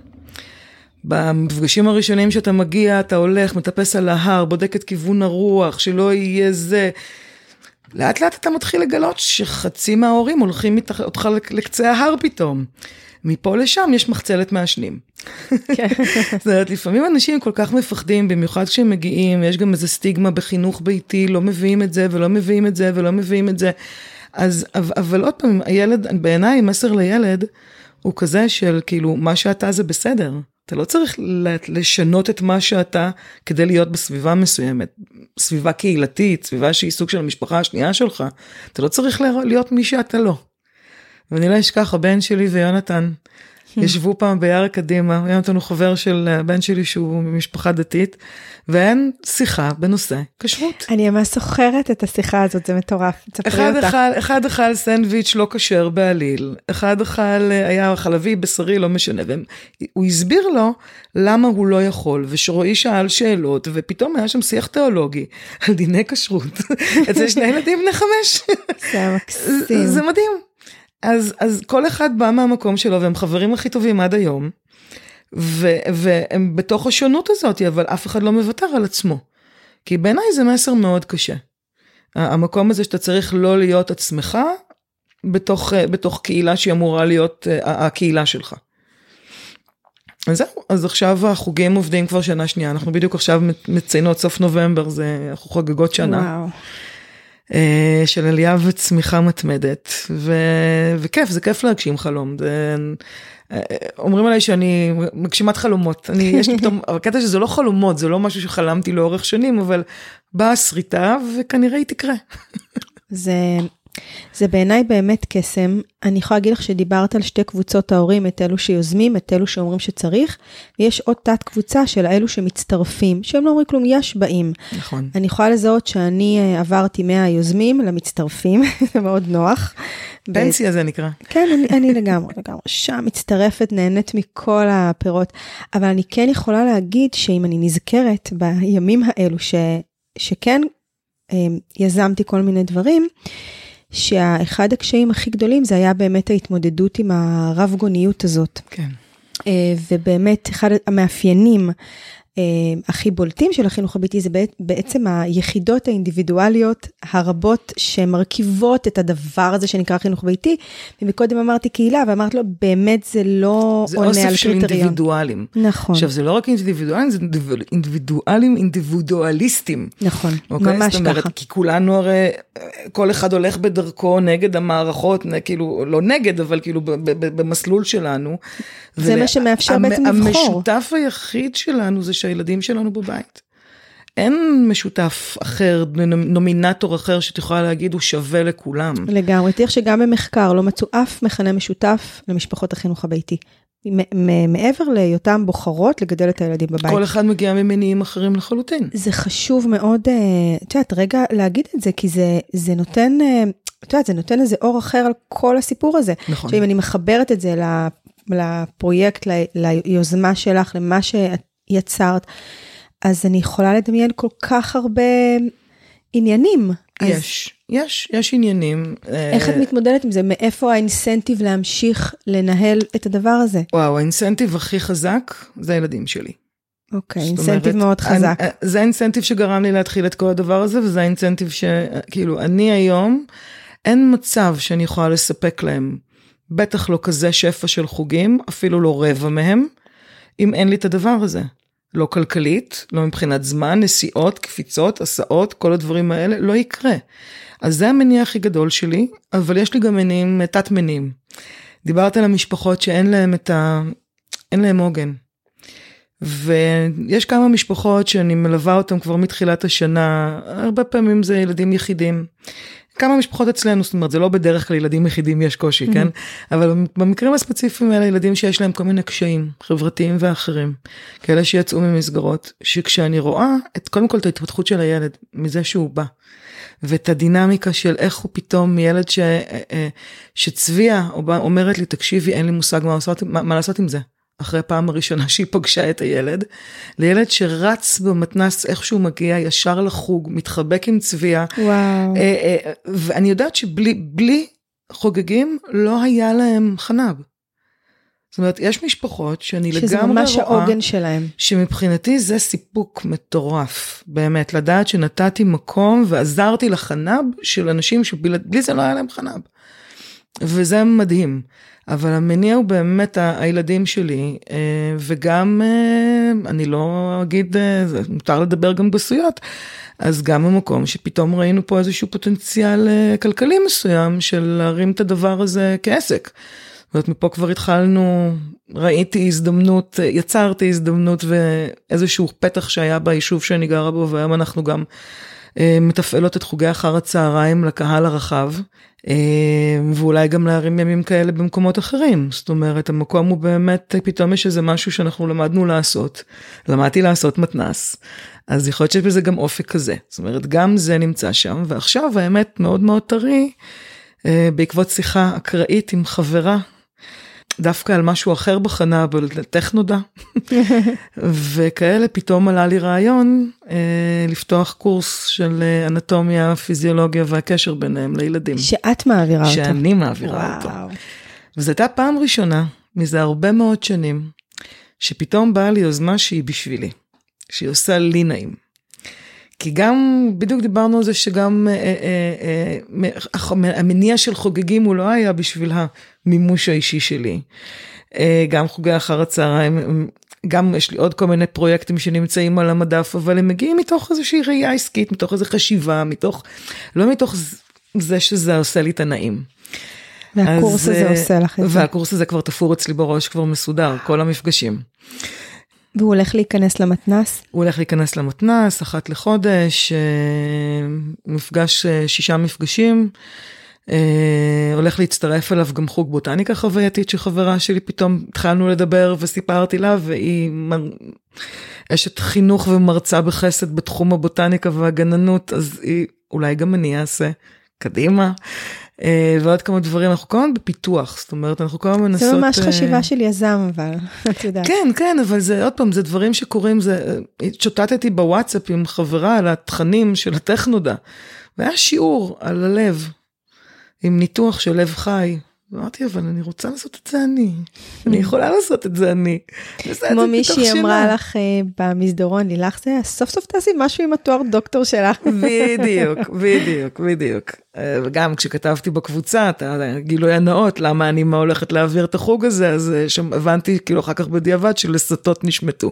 במפגשים הראשונים שאתה מגיע, אתה הולך, מטפס על ההר, בודק את כיוון הרוח, שלא יהיה זה. לאט לאט אתה מתחיל לגלות שחצי מההורים הולכים אותך לקצה ההר פתאום. מפה לשם יש מחצלת מעשנים. זאת אומרת, לפעמים אנשים כל כך מפחדים, במיוחד כשהם מגיעים, יש גם איזה סטיגמה בחינוך ביתי, לא מביאים את זה ולא מביאים את זה ולא מביאים את זה. אז, אבל עוד פעם, הילד, בעיניי, מסר לילד, הוא כזה של כאילו, מה שאתה זה בסדר. אתה לא צריך לשנות את מה שאתה, כדי להיות בסביבה מסוימת, סביבה קהילתית, סביבה שהיא סוג של המשפחה השנייה שלך, אתה לא צריך להיות מי שאתה לא. ואני לא אשכח, הבן שלי ויונתן, ישבו פעם ביער קדימה, יונתן הוא חבר של הבן שלי שהוא ממשפחה דתית, ואין שיחה בנושא כשרות. אני ממש זוכרת את השיחה הזאת, זה מטורף, תספרי אותה. אחד, אחד אכל סנדוויץ' לא כשר בעליל, אחד אכל, היה חלבי, בשרי, לא משנה, והוא הסביר לו למה הוא לא יכול, ושרועי שאל שאלות, ופתאום היה שם שיח תיאולוגי, על דיני כשרות, אצל שני ילדים בני חמש. זה מקסים. זה מדהים. אז, אז כל אחד בא מהמקום שלו, והם חברים הכי טובים עד היום, ו, והם בתוך השונות הזאת, אבל אף אחד לא מוותר על עצמו. כי בעיניי זה מסר מאוד קשה. המקום הזה שאתה צריך לא להיות עצמך, בתוך, בתוך קהילה שהיא אמורה להיות הקהילה שלך. אז זהו, אז עכשיו החוגים עובדים כבר שנה שנייה, אנחנו בדיוק עכשיו מציינות סוף נובמבר, זה אנחנו חוגגות שנה. וואו. של עלייה וצמיחה מתמדת, ו... וכיף, זה כיף להגשים חלום, זה... אומרים עליי שאני מגשימת חלומות, אני, יש לי פתאום, הקטע שזה לא חלומות, זה לא משהו שחלמתי לאורך שנים, אבל באה שריטה, וכנראה היא תקרה. זה... זה בעיניי באמת קסם. אני יכולה להגיד לך שדיברת על שתי קבוצות ההורים, את אלו שיוזמים, את אלו שאומרים שצריך, ויש עוד תת קבוצה של אלו שמצטרפים, שהם לא אומרים כלום, יש באים. נכון. אני יכולה לזהות שאני עברתי מהיוזמים למצטרפים, זה מאוד נוח. פנסיה זה נקרא. כן, אני, אני לגמרי, לגמרי. שם מצטרפת, נהנית מכל הפירות, אבל אני כן יכולה להגיד שאם אני נזכרת בימים האלו, ש, שכן יזמתי כל מיני דברים, שהאחד הקשיים הכי גדולים זה היה באמת ההתמודדות עם הרב גוניות הזאת. כן. ובאמת אחד המאפיינים הכי בולטים של החינוך הביתי זה בעצם היחידות האינדיבידואליות הרבות שמרכיבות את הדבר הזה שנקרא חינוך ביתי, ומקודם אמרתי קהילה, ואמרת לו, באמת זה לא עונה על קריטריון. זה אוסף של אינדיבידואלים. נכון. עכשיו, זה לא רק אינדיבידואלים, זה אינדיבידואלים אינדיבידואליסטים. נכון, אוקיי? ממש זאת אומרת, ככה. כי כולנו הרי, כל אחד הולך בדרכו נגד המערכות, כאילו, לא נגד, אבל כאילו במסלול שלנו. זה מה שמאפשר בעצם לבחור. המשותף היחיד שלנו זה שהילדים שלנו בבית. אין משותף אחר, נומינטור אחר שתוכל להגיד הוא שווה לכולם. לגמרי, תראה שגם במחקר לא מצאו אף מכנה משותף למשפחות החינוך הביתי. מעבר להיותם בוחרות לגדל את הילדים בבית. כל אחד מגיע ממניעים אחרים לחלוטין. זה חשוב מאוד, את יודעת, רגע להגיד את זה, כי זה, זה נותן, את יודעת, זה נותן איזה אור אחר על כל הסיפור הזה. נכון. שאם אני מחברת את זה לפרויקט, ליוזמה שלך, למה שיצרת, אז אני יכולה לדמיין כל כך הרבה עניינים. יש, יש, יש עניינים. איך את מתמודדת עם זה? מאיפה האינסנטיב להמשיך לנהל את הדבר הזה? וואו, האינסנטיב הכי חזק זה הילדים שלי. אוקיי, אינסנטיב מאוד חזק. זה האינסנטיב שגרם לי להתחיל את כל הדבר הזה, וזה האינסנטיב שכאילו, אני היום, אין מצב שאני יכולה לספק להם, בטח לא כזה שפע של חוגים, אפילו לא רבע מהם, אם אין לי את הדבר הזה. לא כלכלית, לא מבחינת זמן, נסיעות, קפיצות, הסעות, כל הדברים האלה, לא יקרה. אז זה המניע הכי גדול שלי, אבל יש לי גם מניעים, תת מניעים. דיברת על המשפחות שאין להם את ה... אין להם עוגן. ויש כמה משפחות שאני מלווה אותם כבר מתחילת השנה, הרבה פעמים זה ילדים יחידים. כמה משפחות אצלנו, זאת אומרת, זה לא בדרך כלל ילדים יחידים יש קושי, כן? אבל במקרים הספציפיים האלה, ילדים שיש להם כל מיני קשיים חברתיים ואחרים, כאלה שיצאו ממסגרות, שכשאני רואה את, קודם כל את ההתפתחות של הילד, מזה שהוא בא, ואת הדינמיקה של איך הוא פתאום ילד ש, שצביעה אומרת לי, תקשיבי, אין לי מושג מה לעשות, מה, מה לעשות עם זה. אחרי הפעם הראשונה שהיא פגשה את הילד, לילד שרץ במתנס איכשהו מגיע ישר לחוג, מתחבק עם צביעה. וואו. ואני יודעת שבלי בלי חוגגים לא היה להם חנב. זאת אומרת, יש משפחות שאני לגמרי רואה, שזה ממש העוגן שלהם. שמבחינתי זה סיפוק מטורף, באמת, לדעת שנתתי מקום ועזרתי לחנב של אנשים שבלי זה לא היה להם חנב. וזה מדהים. אבל המניע הוא באמת הילדים שלי, וגם, אני לא אגיד, מותר לדבר גם גסויות, אז גם במקום שפתאום ראינו פה איזשהו פוטנציאל כלכלי מסוים, של להרים את הדבר הזה כעסק. זאת אומרת, מפה כבר התחלנו, ראיתי הזדמנות, יצרתי הזדמנות, ואיזשהו פתח שהיה ביישוב שאני גרה בו, והיום אנחנו גם מתפעלות את חוגי אחר הצהריים לקהל הרחב, ואולי גם להרים ימים כאלה במקומות אחרים. זאת אומרת, המקום הוא באמת, פתאום יש איזה משהו שאנחנו למדנו לעשות, למדתי לעשות מתנס, אז יכול להיות שבזה גם אופק כזה. זאת אומרת, גם זה נמצא שם, ועכשיו האמת מאוד מאוד טרי, בעקבות שיחה אקראית עם חברה, דווקא על משהו אחר בחנה, אבל טכנודע, וכאלה פתאום עלה לי רעיון אה, לפתוח קורס של אנטומיה, פיזיולוגיה והקשר ביניהם לילדים. שאת מעבירה אותו. שאני מעבירה וואו. אותו. וזו הייתה פעם ראשונה, מזה הרבה מאוד שנים, שפתאום באה לי יוזמה שהיא בשבילי, שהיא עושה לי נעים. כי גם, בדיוק דיברנו על זה שגם אה, אה, אה, המניע של חוגגים הוא לא היה בשביל המימוש האישי שלי. אה, גם חוגי אחר הצהריים, גם יש לי עוד כל מיני פרויקטים שנמצאים על המדף, אבל הם מגיעים מתוך איזושהי ראייה עסקית, מתוך איזו חשיבה, מתוך, לא מתוך זה שזה עושה לי את הנעים. והקורס אז, הזה עושה לך את זה. והקורס הזה כבר תפור אצלי בראש, כבר מסודר, כל המפגשים. והוא הולך להיכנס למתנס? הוא הולך להיכנס למתנס, אחת לחודש, מפגש, שישה מפגשים, הולך להצטרף אליו גם חוג בוטניקה חווייתית, שחברה שלי פתאום התחלנו לדבר וסיפרתי לה, והיא אשת חינוך ומרצה בחסד בתחום הבוטניקה והגננות, אז היא, אולי גם אני אעשה קדימה, ועוד כמה דברים, אנחנו כל הזמן בפיתוח, זאת אומרת, אנחנו כל הזמן מנסות... זה ממש חשיבה של יזם, אבל, את יודעת. כן, כן, אבל זה, עוד פעם, זה דברים שקורים, זה, שוטטתי בוואטסאפ עם חברה על התכנים של הטכנודע, והיה שיעור על הלב, עם ניתוח של לב חי, ואמרתי, אבל אני רוצה לעשות את זה אני, אני יכולה לעשות את זה אני. כמו מישהי אמרה לך במסדרון, לילך זה, סוף סוף תעשי משהו עם התואר דוקטור שלך. בדיוק, בדיוק, בדיוק. וגם כשכתבתי בקבוצה, גילוי הנאות, למה אני מה הולכת להעביר את החוג הזה, אז הבנתי כאילו אחר כך בדיעבד שלסתות נשמטו.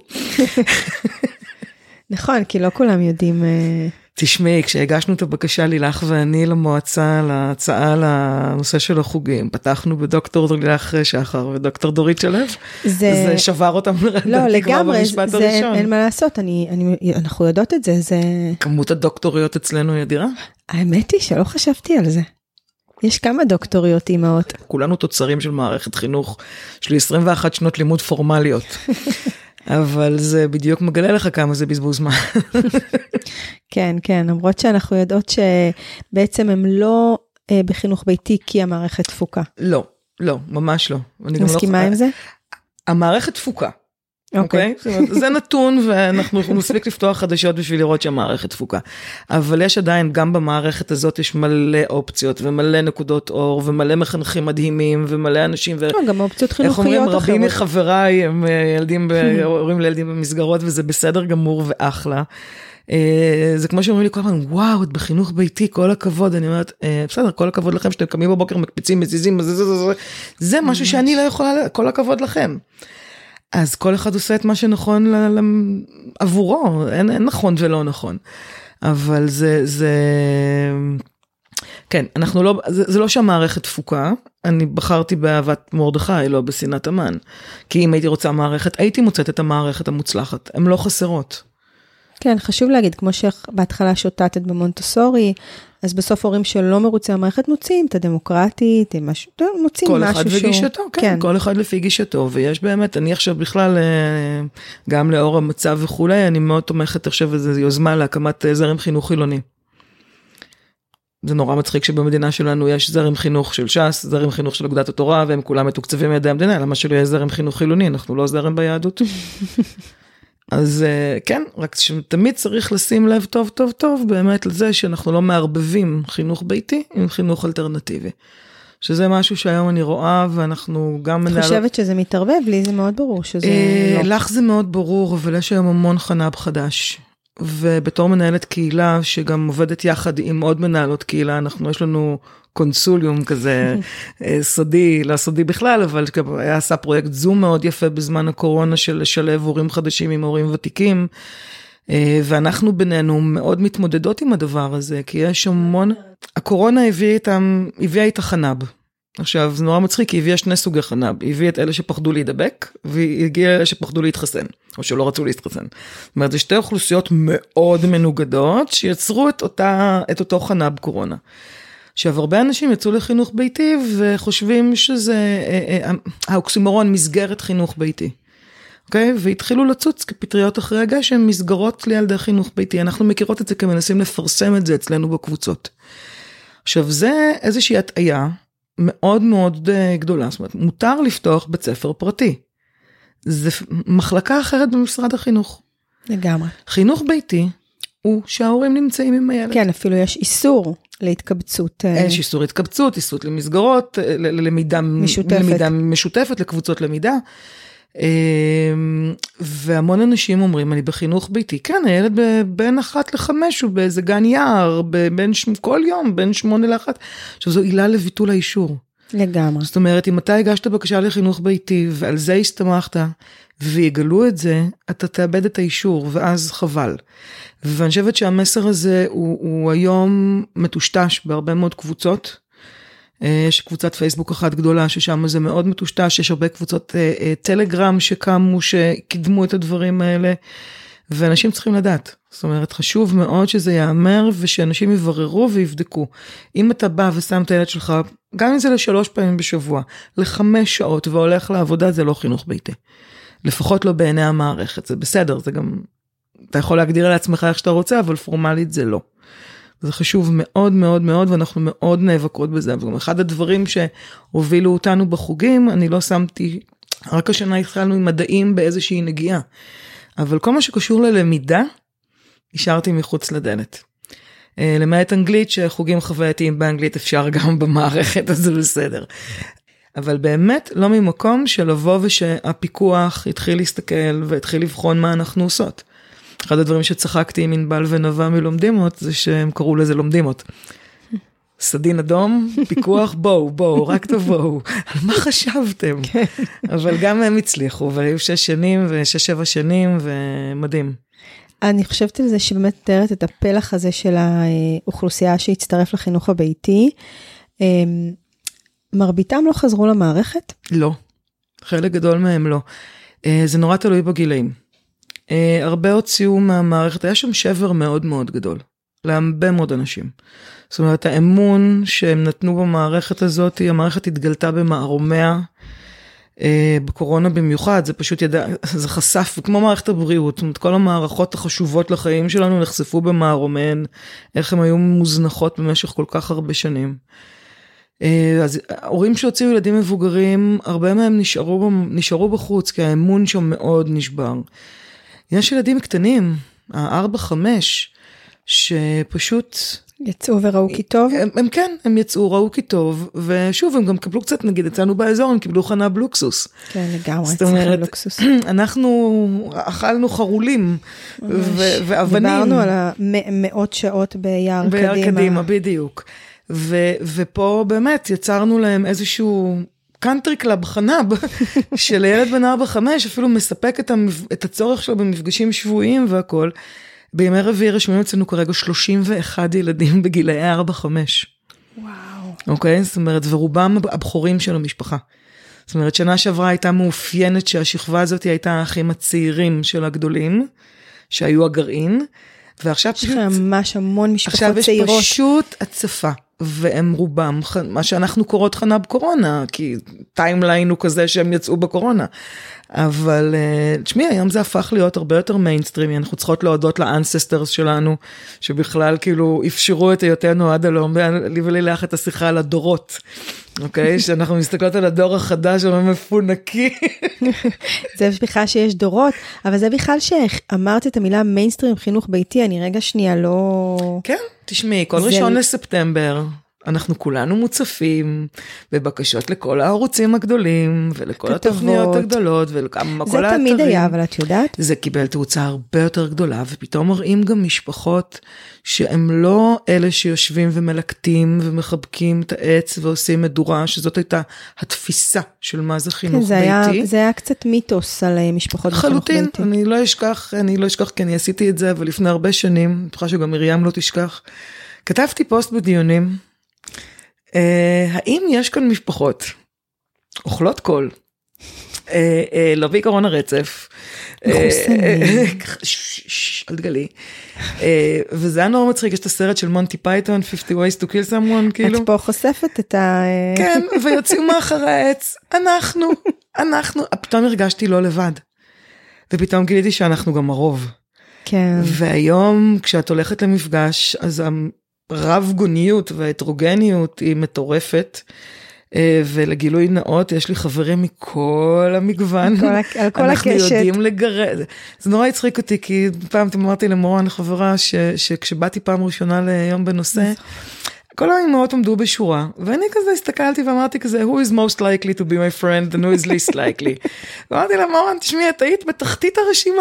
נכון, כי לא כולם יודעים... תשמעי, כשהגשנו את הבקשה לילך ואני למועצה, להצעה לנושא של החוגים, פתחנו בדוקטור לילך שחר ודוקטור דורית שלו, זה, זה שבר אותם לא, לגמרי, זה אין מה לעשות, אני, אני, אנחנו יודעות את זה, זה... כמות הדוקטוריות אצלנו היא אדירה? האמת היא שלא חשבתי על זה. יש כמה דוקטוריות אימהות. כולנו תוצרים של מערכת חינוך, יש לי עשרים ואחת שנות לימוד פורמליות. אבל זה בדיוק מגלה לך כמה זה בזבוז זמן. כן, כן, למרות שאנחנו יודעות שבעצם הם לא בחינוך ביתי כי המערכת תפוקה. לא, לא, ממש לא. מסכימה עם זה? המערכת תפוקה. אוקיי? זה נתון ואנחנו נספיק לפתוח חדשות בשביל לראות שהמערכת תפוקה. אבל יש עדיין, גם במערכת הזאת יש מלא אופציות ומלא נקודות אור ומלא מחנכים מדהימים ומלא אנשים. גם אופציות חינוכיות אחרות. איך אומרים, רבים מחבריי הם ילדים, הורים לילדים במסגרות וזה בסדר גמור ואחלה. זה כמו שאומרים לי כל הזמן, וואו, את בחינוך ביתי, כל הכבוד. אני אומרת, בסדר, כל הכבוד לכם שאתם קמים בבוקר, מקפיצים, מזיזים, זה משהו שאני לא יכולה, כל הכבוד לכם. אז כל אחד עושה את מה שנכון עבורו, אין, אין נכון ולא נכון. אבל זה, זה, כן, אנחנו לא, זה, זה לא שהמערכת תפוקה, אני בחרתי באהבת מרדכי, לא בשנאת המן. כי אם הייתי רוצה מערכת, הייתי מוצאת את המערכת המוצלחת, הן לא חסרות. כן, חשוב להגיד, כמו שבהתחלה שוטטת במונטסורי, אז בסוף הורים שלא מרוצה המערכת מוצאים את הדמוקרטית, משהו, מוצאים כל משהו אחד שהוא... וגישתו, כן, כן, כל אחד לפי גישתו, ויש באמת, אני עכשיו בכלל, גם לאור המצב וכולי, אני מאוד תומכת עכשיו איזו יוזמה להקמת זרם חינוך חילוני. זה נורא מצחיק שבמדינה שלנו יש זרם חינוך של ש"ס, זרם חינוך של אגודת התורה, והם כולם מתוקצבים על ידי המדינה, למה שלא יהיה זרם חינוך חילוני, אנחנו לא זרם ביהדות. אז כן, רק שתמיד צריך לשים לב טוב טוב טוב באמת לזה שאנחנו לא מערבבים חינוך ביתי עם חינוך אלטרנטיבי. שזה משהו שהיום אני רואה ואנחנו גם... את חושבת שזה מתערבב? לי זה מאוד ברור שזה לא. לך זה מאוד ברור, אבל יש היום המון חנב חדש. ובתור מנהלת קהילה שגם עובדת יחד עם עוד מנהלות קהילה, אנחנו יש לנו קונסוליום כזה סודי, לא סודי בכלל, אבל היה עשה פרויקט זום מאוד יפה בזמן הקורונה של לשלב הורים חדשים עם הורים ותיקים, ואנחנו בינינו מאוד מתמודדות עם הדבר הזה, כי יש המון, הקורונה הביאה איתם, הביאה איתה חנב. עכשיו, זה נורא מצחיק, היא הביאה שני סוגי חנב, היא הביאה את אלה שפחדו להידבק, והיא הגיעה אלה שפחדו להתחסן, או שלא רצו להתחסן. זאת אומרת, זה שתי אוכלוסיות מאוד מנוגדות, שיצרו את, אותה, את אותו חנב קורונה. עכשיו, הרבה אנשים יצאו לחינוך ביתי, וחושבים שזה, האוקסימורון מסגרת חינוך ביתי. אוקיי? והתחילו לצוץ כפטריות אחרי הגשם, מסגרות לילדי חינוך ביתי. אנחנו מכירות את זה כמנסים לפרסם את זה אצלנו בקבוצות. עכשיו, זה איזושהי הטעיה, מאוד מאוד גדולה, זאת אומרת, מותר לפתוח בית ספר פרטי. זה מחלקה אחרת במשרד החינוך. לגמרי. חינוך ביתי הוא שההורים נמצאים עם הילד. כן, אפילו יש איסור להתקבצות. יש איסור התקבצות, איסור למסגרות, ללמידה משותפת. למידה משותפת, לקבוצות למידה. והמון אנשים אומרים, אני בחינוך ביתי, כן, הילד בין אחת לחמש, הוא באיזה גן יער, בין כל יום, בין שמונה לאחת, עכשיו זו עילה לביטול האישור. לגמרי. זאת אומרת, אם אתה הגשת בקשה לחינוך ביתי, ועל זה הסתמכת, ויגלו את זה, אתה תאבד את האישור, ואז חבל. ואני חושבת שהמסר הזה, הוא, הוא היום מטושטש בהרבה מאוד קבוצות, יש קבוצת פייסבוק אחת גדולה, ששם זה מאוד מטושטש, יש הרבה קבוצות טלגרם שקמו, שקידמו את הדברים האלה, ואנשים צריכים לדעת. זאת אומרת, חשוב מאוד שזה יאמר, ושאנשים יבררו ויבדקו. אם אתה בא ושם את הילד שלך, גם אם זה לשלוש פעמים בשבוע, לחמש שעות, והולך לעבודה, זה לא חינוך ביתי. לפחות לא בעיני המערכת, זה בסדר, זה גם, אתה יכול להגדיר לעצמך איך שאתה רוצה, אבל פורמלית זה לא. זה חשוב מאוד מאוד מאוד, ואנחנו מאוד נאבקות בזה. וגם אחד הדברים שהובילו אותנו בחוגים, אני לא שמתי, רק השנה התחלנו עם מדעים באיזושהי נגיעה. אבל כל מה שקשור ללמידה, השארתי מחוץ לדלת. למעט אנגלית, שחוגים חווייתיים באנגלית אפשר גם במערכת, אז זה בסדר. אבל באמת לא ממקום של לבוא ושהפיקוח התחיל להסתכל, והתחיל לבחון מה אנחנו עושות. אחד הדברים שצחקתי עם ענבל ונווה מלומדימות, זה שהם קראו לזה לומדימות. סדין אדום, פיקוח, בואו, בואו, רק תבואו. על מה חשבתם? אבל גם הם הצליחו, והיו שש שנים ושש שבע שנים, ומדהים. אני חושבת על זה שבאמת תארת את הפלח הזה של האוכלוסייה שהצטרף לחינוך הביתי. מרביתם לא חזרו למערכת? לא. חלק גדול מהם לא. זה נורא תלוי בגילאים. הרבה הוציאו מהמערכת, היה שם שבר מאוד מאוד גדול. להרבה מאוד אנשים. זאת אומרת, האמון שהם נתנו במערכת הזאת, המערכת התגלתה במערומיה, בקורונה במיוחד, זה פשוט ידע, זה חשף, כמו מערכת הבריאות, זאת אומרת, כל המערכות החשובות לחיים שלנו נחשפו במערומיהן, איך הן היו מוזנחות במשך כל כך הרבה שנים. אז ההורים שהוציאו ילדים מבוגרים, הרבה מהם נשארו, נשארו בחוץ, כי האמון שם מאוד נשבר. יש ילדים קטנים, הארבע, חמש, שפשוט... יצאו וראו כי טוב? הם, הם כן, הם יצאו, ראו כי טוב, ושוב, הם גם קבלו קצת, נגיד, אצלנו באזור, הם קיבלו חנה בלוקסוס. כן, לגמרי, צריכה לוקסוס. אנחנו אכלנו חרולים ו- ואבנים. דיברנו על המאות שעות ביער קדימה. ביער קדימה, בדיוק. ו- ופה באמת יצרנו להם איזשהו... קאנטרי קלאב חנב, שלילד בן ארבע חמש אפילו מספק את, המפ... את הצורך שלו במפגשים שבועיים והכל. בימי רביעי רשמים אצלנו כרגע שלושים ואחד ילדים בגילאי ארבע חמש. וואו. אוקיי? זאת אומרת, ורובם הבחורים של המשפחה. זאת אומרת, שנה שעברה הייתה מאופיינת שהשכבה הזאת הייתה האחים הצעירים של הגדולים, שהיו הגרעין, ועכשיו פשוט... יש ממש המון משפחות עכשיו צעירות. עכשיו יש פשוט הצפה. והם רובם, מה שאנחנו קוראות חנה בקורונה, כי טיימליין הוא כזה שהם יצאו בקורונה. אבל, תשמעי, היום זה הפך להיות הרבה יותר מיינסטרימי, אנחנו צריכות להודות לאנססטרס שלנו, שבכלל כאילו אפשרו את היותנו עד הלום, לי ולילך את השיחה על הדורות, אוקיי? שאנחנו מסתכלות על הדור החדש, המפונקי. זה בכלל שיש דורות, אבל זה בכלל שאמרת את המילה מיינסטרים חינוך ביתי, אני רגע שנייה לא... כן, תשמעי, כל ראשון לספטמבר, אנחנו כולנו מוצפים בבקשות לכל הערוצים הגדולים, ולכל התוכניות הגדולות, ולכל האתרים. זה תמיד היה, אבל את יודעת? זה קיבל תאוצה הרבה יותר גדולה, ופתאום מראים גם משפחות, שהם לא אלה שיושבים ומלקטים, ומחבקים את העץ, ועושים מדורה, שזאת הייתה התפיסה של מה זה חינוך ביתי. היה, זה היה קצת מיתוס על משפחות בחינוך ביתי. חלוטין, אני לא אשכח, אני לא אשכח, כי אני עשיתי את זה, ולפני הרבה שנים, אני בטוחה שגם מרים לא תשכח, כתבתי פוסט בדיונים, Uh, האם יש כאן משפחות, אוכלות קול, uh, uh, לא בעיקרון הרצף, אל תגלי, וזה היה נורא מצחיק, יש את הסרט של מונטי פייתון, fifty ways to kill someone, כאילו. את פה חושפת את ה... כן, ויוצאו מאחר העץ, אנחנו, אנחנו, פתאום הרגשתי לא לבד, ופתאום גיליתי שאנחנו גם הרוב. כן. והיום, כשאת הולכת למפגש, אז רב גוניות וההטרוגניות היא מטורפת, ולגילוי נאות, יש לי חברים מכל המגוון, על כל אנחנו הקשת. יודעים לגרד, זה נורא הצחיק אותי, כי פעם אמרתי למורן החברה, ש, שכשבאתי פעם ראשונה ליום בנושא, כל האמהות עמדו בשורה, ואני כזה הסתכלתי ואמרתי כזה, who is most likely to be my friend, and who is least likely. ואמרתי לה, מורן, תשמעי, את היית בתחתית הרשימה.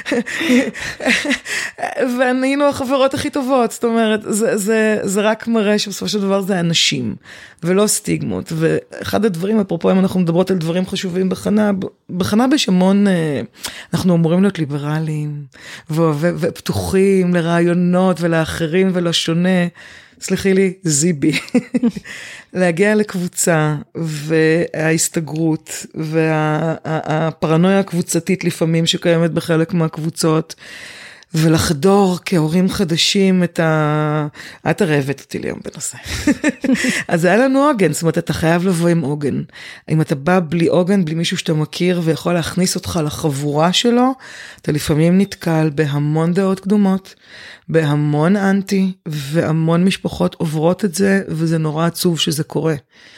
והיינו החברות הכי טובות, זאת אומרת, זה, זה, זה רק מראה שבסופו של דבר זה אנשים, ולא סטיגמות. ואחד הדברים, אפרופו אם אנחנו מדברות על דברים חשובים בחנה, בחנה יש המון, אנחנו אמורים להיות ליברליים, ופתוחים לרעיונות ולאחרים ולשונה, סליחי לי, זיבי, להגיע לקבוצה וההסתגרות והפרנויה הקבוצתית לפעמים שקיימת בחלק מהקבוצות, ולחדור כהורים חדשים את ה... את הרבת אותי ליום בנושא. אז היה לנו עוגן, זאת אומרת, אתה חייב לבוא עם עוגן. אם אתה בא בלי עוגן, בלי מישהו שאתה מכיר ויכול להכניס אותך לחבורה שלו, אתה לפעמים נתקל בהמון דעות קדומות, בהמון אנטי, והמון משפחות עוברות את זה, וזה נורא עצוב שזה קורה.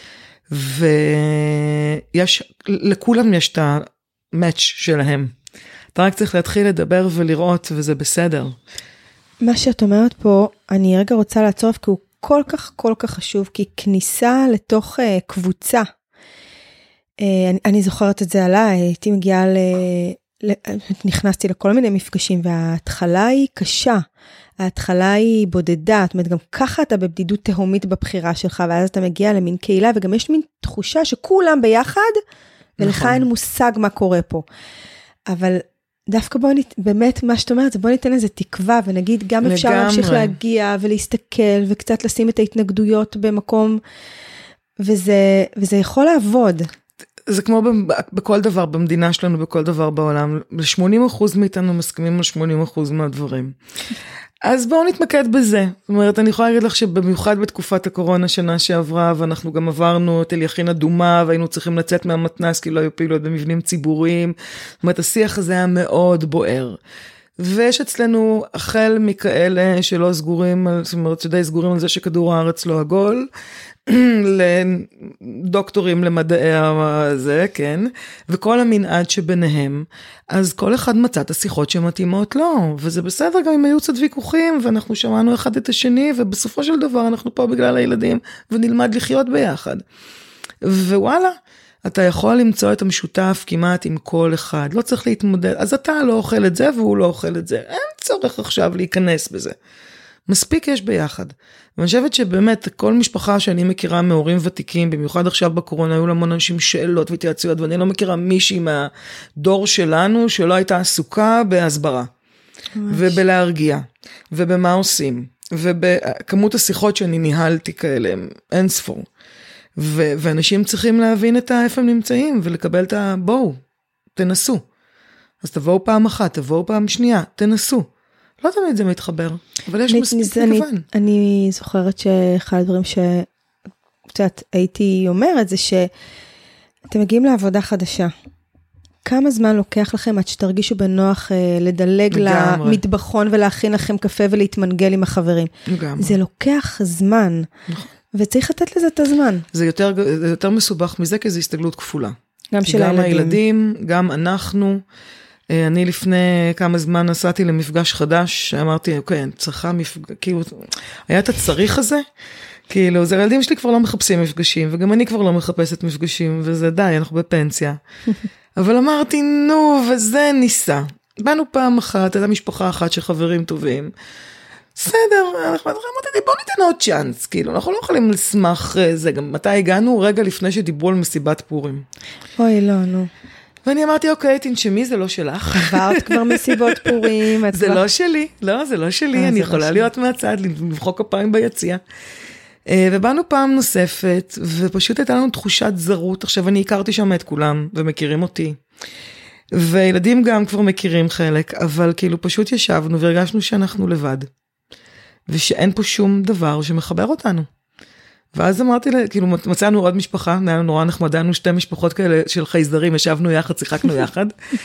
ויש, לכולם יש את המאץ' שלהם. אתה רק צריך להתחיל לדבר ולראות, וזה בסדר. מה שאת אומרת פה, אני רגע רוצה לעצור, כי הוא כל כך כל כך חשוב, כי כניסה לתוך uh, קבוצה, uh, אני, אני זוכרת את זה עליי, הייתי מגיעה, ל, ל, נכנסתי לכל מיני מפגשים, וההתחלה היא קשה, ההתחלה היא בודדה, זאת אומרת, גם ככה אתה בבדידות תהומית בבחירה שלך, ואז אתה מגיע למין קהילה, וגם יש מין תחושה שכולם ביחד, ולך נכון. אין מושג מה קורה פה. אבל דווקא בוא נת... באמת מה שאת אומרת, זה בוא ניתן איזה תקווה, ונגיד גם לגמרי. אפשר להמשיך להגיע ולהסתכל, וקצת לשים את ההתנגדויות במקום, וזה, וזה יכול לעבוד. זה כמו בכל דבר במדינה שלנו, בכל דבר בעולם, ל-שמונים אחוז מאיתנו מסכימים על שמונים אחוז מהדברים. אז בואו נתמקד בזה. זאת אומרת, אני יכולה להגיד לך שבמיוחד בתקופת הקורונה שנה שעברה, ואנחנו גם עברנו את אליכין אדומה, והיינו צריכים לצאת מהמתנ"ס, כי לא היו פעילות במבנים ציבוריים. זאת אומרת, השיח הזה היה מאוד בוער. ויש אצלנו החל מכאלה שלא סגורים, זאת אומרת, שדי סגורים על זה שכדור הארץ לא עגול, לדוקטורים למדעי הזה, כן, וכל המנעד שביניהם, אז כל אחד מצא את השיחות שמתאימות לו, וזה בסדר גם אם היו קצת ויכוחים, ואנחנו שמענו אחד את השני, ובסופו של דבר אנחנו פה בגלל הילדים, ונלמד לחיות ביחד. ווואלה, אתה יכול למצוא את המשותף כמעט עם כל אחד, לא צריך להתמודד, אז אתה לא אוכל את זה, והוא לא אוכל את זה, אין צורך עכשיו להיכנס בזה. מספיק יש ביחד. ואני חושבת שבאמת כל משפחה שאני מכירה מהורים ותיקים, במיוחד עכשיו בקורונה, היו למון אנשים שאלות והתייעצויות, ואני לא מכירה מישהי מהדור שלנו שלא הייתה עסוקה בהסברה, ממש. ובלהרגיע, ובמה עושים, ובכמות השיחות שאני ניהלתי כאלה, אין ספור. ו- ואנשים צריכים להבין את איפה הם נמצאים, ולקבל את ה... בואו, תנסו. אז תבואו פעם אחת, תבואו פעם שנייה, תנסו. לא תמיד זה מתחבר, אבל יש מספיק מגוון. אני זוכרת שאחד הדברים שקצת הייתי אומרת, זה שאתם מגיעים לעבודה חדשה. כמה זמן לוקח לכם עד שתרגישו בנוח לדלג למטבחון ולהכין לכם קפה ולהתמנגל עם החברים? זה לוקח זמן, וצריך לתת לזה את הזמן. זה יותר, זה יותר מסובך מזה, כי זה הסתגלות כפולה. גם של הילדים. גם הילדים, גם אנחנו. אני לפני כמה זמן נסעתי למפגש חדש, אמרתי, אוקיי, אני צריכה מפגש, כאילו, היה את הצריך הזה, כאילו, זה הילדים שלי כבר לא מחפשים מפגשים, וגם אני כבר לא מחפשת מפגשים, וזה די, אנחנו בפנסיה. אבל אמרתי, נו, וזה ניסה. באנו פעם אחת, הייתה משפחה אחת של חברים טובים, בסדר, אנחנו אמרתי, בוא ניתן עוד צ'אנס, כאילו, אנחנו לא יכולים לשמח זה, גם מתי הגענו? רגע לפני שדיברו על מסיבת פורים. אוי, לא, נו. ואני אמרתי, אוקיי, תנשמי, זה לא שלך. עברת כבר מסיבות פורים. זה לא שלי, לא, זה לא שלי, אני יכולה להיות מהצד, למחוא כפיים ביציאה. ובאנו פעם נוספת, ופשוט הייתה לנו תחושת זרות, עכשיו אני הכרתי שם את כולם, ומכירים אותי. וילדים גם כבר מכירים חלק, אבל כאילו פשוט ישבנו, והרגשנו שאנחנו לבד. ושאין פה שום דבר שמחבר אותנו. ואז אמרתי, כאילו, מצאנו עוד משפחה, היה נורא נחמד, היינו שתי משפחות כאלה של חייזרים, ישבנו יחד, שיחקנו יחד,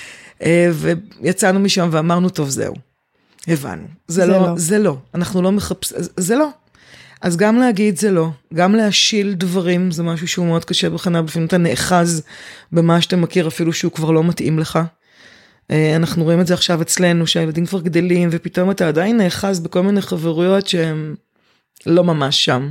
ויצאנו משם ואמרנו, טוב, זהו. הבנו. זה לא, זה לא. אנחנו לא מחפשים, זה לא. אז גם להגיד זה לא, גם להשיל דברים, זה משהו שהוא מאוד קשה בכנה, בפנים אתה נאחז במה שאתה מכיר, אפילו שהוא כבר לא מתאים לך. אנחנו רואים את זה עכשיו אצלנו, שהילדים כבר גדלים, ופתאום אתה עדיין נאחז בכל מיני חברויות שהן לא ממש שם.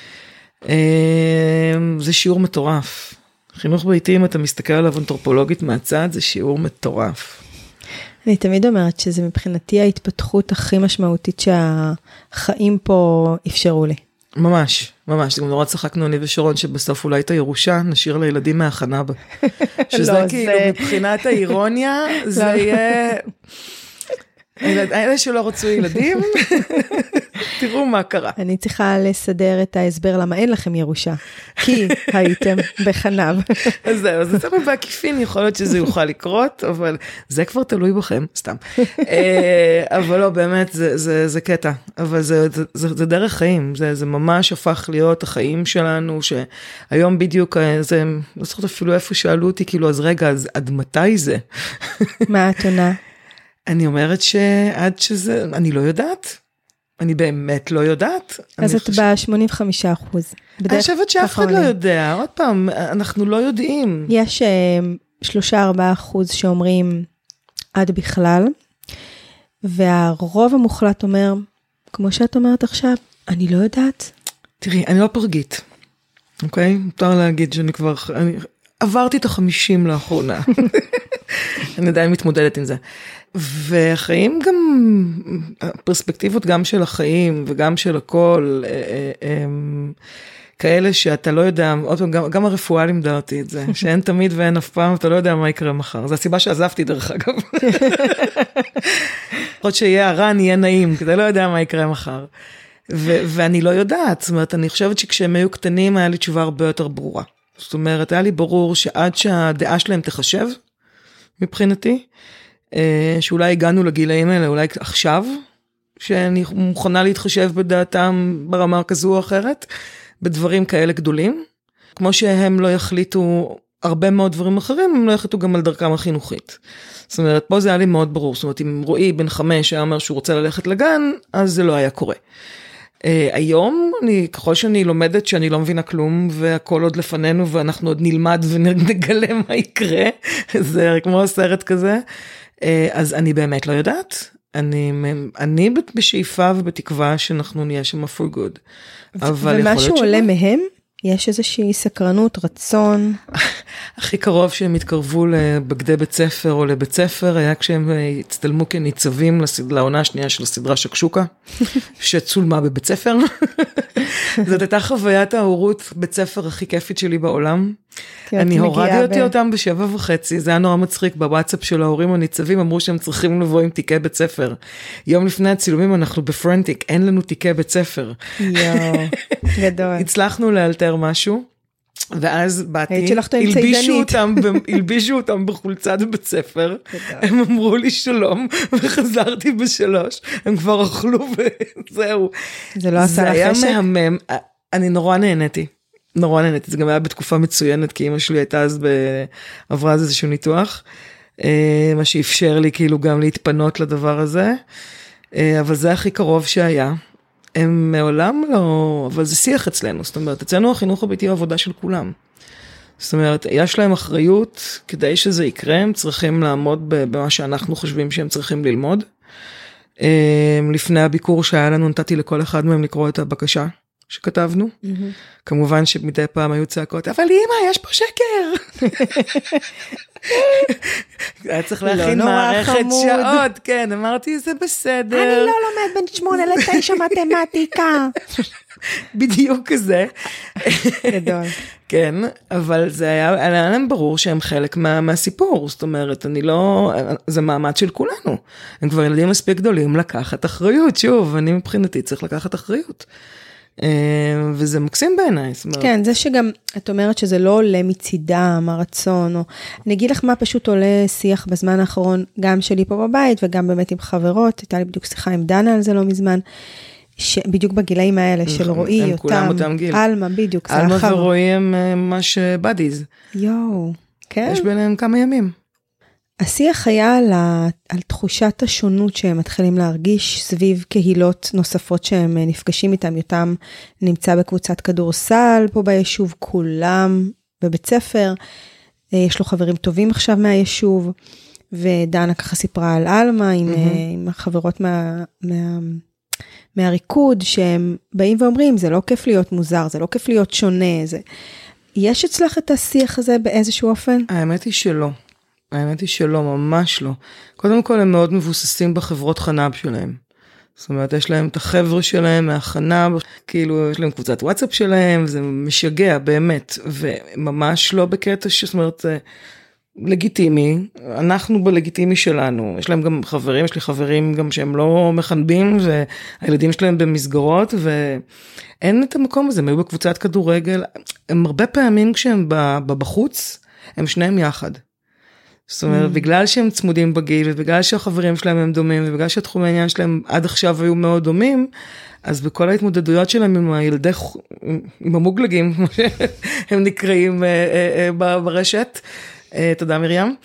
זה שיעור מטורף. חינוך ביתי, אם אתה מסתכל עליו אנתרופולוגית מהצד, זה שיעור מטורף. אני תמיד אומרת שזה מבחינתי ההתפתחות הכי משמעותית שהחיים פה אפשרו לי. ממש, ממש. גם נורא צחקנו אני ושרון שבסוף אולי את הירושה נשאיר לילדים מהכנה בה. שזה כאילו מבחינת האירוניה, זה יהיה... אלה שלא רצו ילדים, תראו מה קרה. אני צריכה לסדר את ההסבר למה אין לכם ירושה, כי הייתם בחנב. אז זהו, אז זה בעקיפין, יכול להיות שזה יוכל לקרות, אבל זה כבר תלוי בכם, סתם. אבל לא, באמת, זה קטע, אבל זה דרך חיים, זה ממש הפך להיות החיים שלנו, שהיום בדיוק, זה, לא זוכרת אפילו איפה שאלו אותי, כאילו, אז רגע, אז עד מתי זה? מה את עונה? אני אומרת שעד שזה, אני לא יודעת. אני באמת לא יודעת. אז את ב-שמונים וחמישה אחוז. אני חושבת שאף אחד לא יודע. עוד פעם, אנחנו לא יודעים. יש שלושה ארבעה אחוז שאומרים עד בכלל, והרוב המוחלט אומר, כמו שאת אומרת עכשיו, אני לא יודעת. תראי, אני לא פרגית. אוקיי? מותר להגיד שאני כבר, אני עברתי את החמישים לאחרונה. אני עדיין מתמודדת עם זה. והחיים גם, הפרספקטיבות גם של החיים וגם של הכל, כאלה שאתה לא יודע, עוד פעם, גם, גם הרפואה לימדה אותי את זה, שאין תמיד ואין אף פעם, אתה לא יודע מה יקרה מחר. זו הסיבה שעזבתי דרך אגב. עוד שיהיה הרע, יהיה נעים, כי אתה לא יודע מה יקרה מחר. ו- ואני לא יודעת, זאת אומרת, אני חושבת שכשהם היו קטנים, היה לי תשובה הרבה יותר ברורה. זאת אומרת, היה לי ברור שעד שהדעה שלהם תחשב, מבחינתי, שאולי הגענו לגילאים האלה, אולי עכשיו, שאני מוכנה להתחשב בדעתם ברמה כזו או אחרת, בדברים כאלה גדולים, כמו שהם לא יחליטו הרבה מאוד דברים אחרים, הם לא יחליטו גם על דרכם החינוכית. זאת אומרת, פה זה היה לי מאוד ברור, זאת אומרת, אם רועי בן חמש היה אומר שהוא רוצה ללכת לגן, אז זה לא היה קורה. Uh, היום, אני, ככל שאני לומדת שאני לא מבינה כלום, והכל עוד לפנינו, ואנחנו עוד נלמד ונגלה מה יקרה, זה כמו הסרט כזה, uh, אז אני באמת לא יודעת, אני, אני בשאיפה ובתקווה שאנחנו נהיה שם for good. ומשהו עולה מהם? יש איזושהי סקרנות, רצון? הכי קרוב שהם התקרבו לבגדי בית ספר או לבית ספר, היה כשהם הצטלמו כניצבים לעונה השנייה של הסדרה שקשוקה, שצולמה בבית ספר. זאת הייתה חוויית ההורות בית ספר הכי כיפית שלי בעולם. אני הורדתי אותם בשבע וחצי, זה היה נורא מצחיק, בוואטסאפ של ההורים הניצבים, אמרו שהם צריכים לבוא עם תיקי בית ספר. יום לפני הצילומים אנחנו בפרנטיק, אין לנו תיקי בית ספר. יואו, גדול. הצלחנו לאלתר משהו, ואז באתי, הלבישו אותם, הלבישו אותם בחולצת בית ספר, הם אמרו לי שלום, וחזרתי בשלוש, הם כבר אכלו וזהו. זה לא עשה זה היה לחשק? מהמם, אני נורא נהניתי, נורא נהניתי, זה גם היה בתקופה מצוינת, כי אמא שלי הייתה אז, עברה אז איזשהו ניתוח, מה שאפשר לי כאילו גם להתפנות לדבר הזה, אבל זה הכי קרוב שהיה. הם מעולם לא, אבל זה שיח אצלנו, זאת אומרת, אצלנו החינוך הביתי הוא עבודה של כולם. זאת אומרת, יש להם אחריות, כדי שזה יקרה, הם צריכים לעמוד במה שאנחנו חושבים שהם צריכים ללמוד. לפני הביקור שהיה לנו, נתתי לכל אחד מהם לקרוא את הבקשה שכתבנו. כמובן שמדי פעם היו צעקות, אבל אמא, יש פה שקר. היה צריך להכין מערכת שעות, כן, אמרתי, זה בסדר. אני לא לומד בין שמונה לתשע מתמטיקה. בדיוק כזה. גדול. כן, אבל זה היה, היה להם ברור שהם חלק מה, מהסיפור, זאת אומרת, אני לא, זה מעמד של כולנו. הם כבר ילדים מספיק גדולים לקחת אחריות, שוב, אני מבחינתי צריך לקחת אחריות. וזה מקסים בעיניי. כן, זה שגם, את אומרת שזה לא עולה מצידם, הרצון, או אני אגיד לך מה פשוט עולה שיח בזמן האחרון, גם שלי פה בבית, וגם באמת עם חברות, הייתה לי בדיוק שיחה עם דנה על זה לא מזמן, בדיוק בגילאים האלה של רועי, הם כולם אותם גיל. אלמה, בדיוק. אלמה ורועי הם ממש בדיז. יואו, כן. יש ביניהם כמה ימים. השיח היה על, ה... על תחושת השונות שהם מתחילים להרגיש סביב קהילות נוספות שהם נפגשים איתם, יותם נמצא בקבוצת כדורסל פה ביישוב, כולם בבית ספר, יש לו חברים טובים עכשיו מהיישוב, ודנה ככה סיפרה על אלמה עם, mm-hmm. עם החברות מה, מה, מהריקוד, שהם באים ואומרים, זה לא כיף להיות מוזר, זה לא כיף להיות שונה, זה... יש אצלך את השיח הזה באיזשהו אופן? האמת היא שלא. האמת היא שלא, ממש לא. קודם כל הם מאוד מבוססים בחברות חנב שלהם. זאת אומרת, יש להם את החבר'ה שלהם מהחנב, כאילו יש להם קבוצת וואטסאפ שלהם, זה משגע באמת, וממש לא בקטע, זאת אומרת, לגיטימי, אנחנו בלגיטימי שלנו, יש להם גם חברים, יש לי חברים גם שהם לא מחנבים, והילדים שלהם במסגרות, ואין את המקום הזה, הם היו בקבוצת כדורגל, הם הרבה פעמים כשהם בחוץ, הם שניהם יחד. זאת אומרת, בגלל שהם צמודים בגיל, ובגלל שהחברים שלהם הם דומים, ובגלל שהתחום העניין שלהם עד עכשיו היו מאוד דומים, אז בכל ההתמודדויות שלהם עם הילדי, עם המוגלגים, כמו שהם נקראים ברשת, תודה מרים,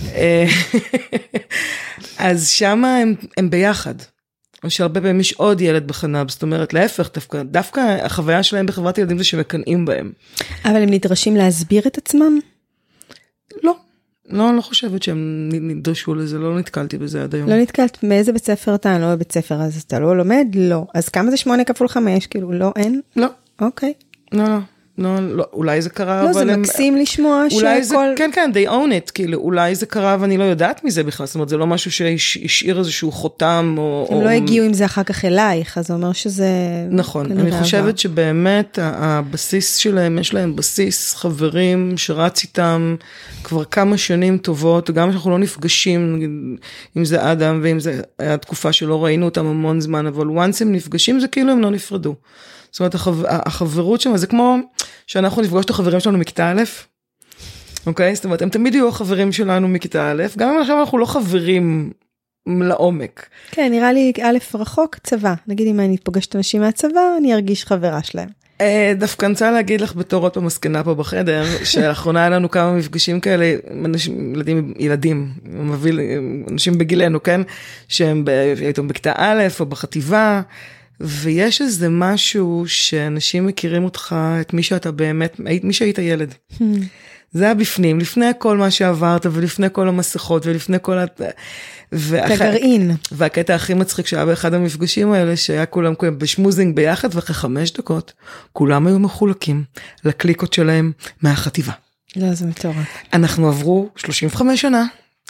אז שם הם, הם ביחד. או שהרבה פעמים יש עוד ילד בחנב, זאת אומרת, להפך, דווקא, דווקא החוויה שלהם בחברת ילדים זה שמקנאים בהם. אבל הם נדרשים להסביר את עצמם? לא. לא, אני לא חושבת שהם נדרשו לזה, לא נתקלתי בזה עד היום. לא נתקלת, מאיזה בית ספר אתה? לא בבית ספר, אז אתה לא לומד? לא. אז כמה זה שמונה כפול חמש? כאילו, לא, אין? לא. אוקיי. לא, לא. לא, לא, אולי זה קרה, לא, אבל זה הם... מקסים לשמוע אולי שהכל... זה, כן, כן, they own it, כאילו, אולי זה קרה ואני לא יודעת מזה בכלל, זאת אומרת, זה לא משהו שהשאיר איזשהו חותם, או... הם או... לא הגיעו עם זה אחר כך אלייך, אז זה אומר שזה... נכון, אני חושבת עבר. שבאמת, הבסיס שלהם, יש להם בסיס, חברים שרץ איתם כבר כמה שנים טובות, גם שאנחנו לא נפגשים, אם זה אדם, ואם זה היה תקופה שלא ראינו אותם המון זמן, אבל once הם נפגשים, זה כאילו הם לא נפרדו. זאת אומרת, החברות שם, זה כמו שאנחנו נפגוש את החברים שלנו מכיתה א', אוקיי? זאת אומרת, הם תמיד יהיו החברים שלנו מכיתה א', גם אם עכשיו אנחנו לא חברים לעומק. כן, נראה לי א' רחוק צבא. נגיד אם אני פוגשת אנשים מהצבא, אני ארגיש חברה שלהם. דווקא אני רוצה להגיד לך בתור עוד פעם מסכנה פה בחדר, שלאחרונה היה לנו כמה מפגשים כאלה, אנשים, ילדים, ילדים, אנשים בגילנו, כן? שהם בכיתה א' או בחטיבה, ויש איזה משהו שאנשים מכירים אותך, את מי שאתה באמת, מי שהיית ילד. זה היה בפנים, לפני כל מה שעברת, ולפני כל המסכות, ולפני כל... כגרעין. והקטע הכי מצחיק שהיה באחד המפגשים האלה, שהיה כולם בשמוזינג ביחד, ואחרי חמש דקות, כולם היו מחולקים לקליקות שלהם מהחטיבה. לא, זה מטורף. אנחנו עברו שלושים וחמש שנה,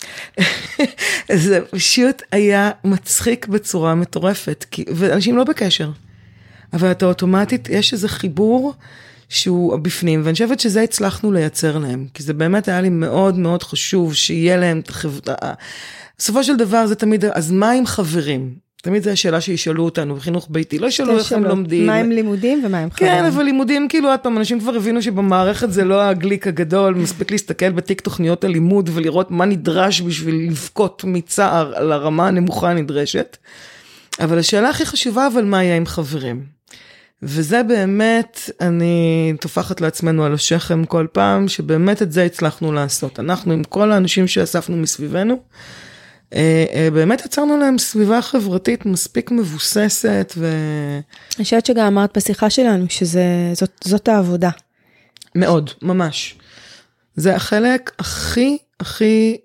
זה פשוט היה מצחיק בצורה מטורפת, ואנשים לא בקשר, אבל אתה אוטומטית, יש איזה חיבור שהוא בפנים, ואני חושבת שזה הצלחנו לייצר להם, כי זה באמת היה לי מאוד מאוד חשוב, שיהיה להם את החברה, בסופו של דבר זה תמיד, אז מה עם חברים? תמיד זו השאלה שישאלו אותנו בחינוך ביתי, לא ישאלו איך הם לומדים. מה עם לימודים ומה עם חברים? כן, אבל לימודים, כאילו, עוד פעם, אנשים כבר הבינו שבמערכת זה לא הגליק הגדול, מספיק להסתכל בתיק תוכניות הלימוד, ולראות מה נדרש בשביל לבכות מצער על הרמה הנמוכה הנדרשת. אבל השאלה הכי חשובה, אבל מה יהיה עם חברים? וזה באמת, אני תופחת לעצמנו על השכם כל פעם, שבאמת את זה הצלחנו לעשות. אנחנו עם כל האנשים שאספנו מסביבנו, באמת יצרנו להם סביבה חברתית מספיק מבוססת. ו... אני חושבת שגם אמרת בשיחה שלנו, שזאת העבודה. מאוד, ממש. זה החלק הכי, הכי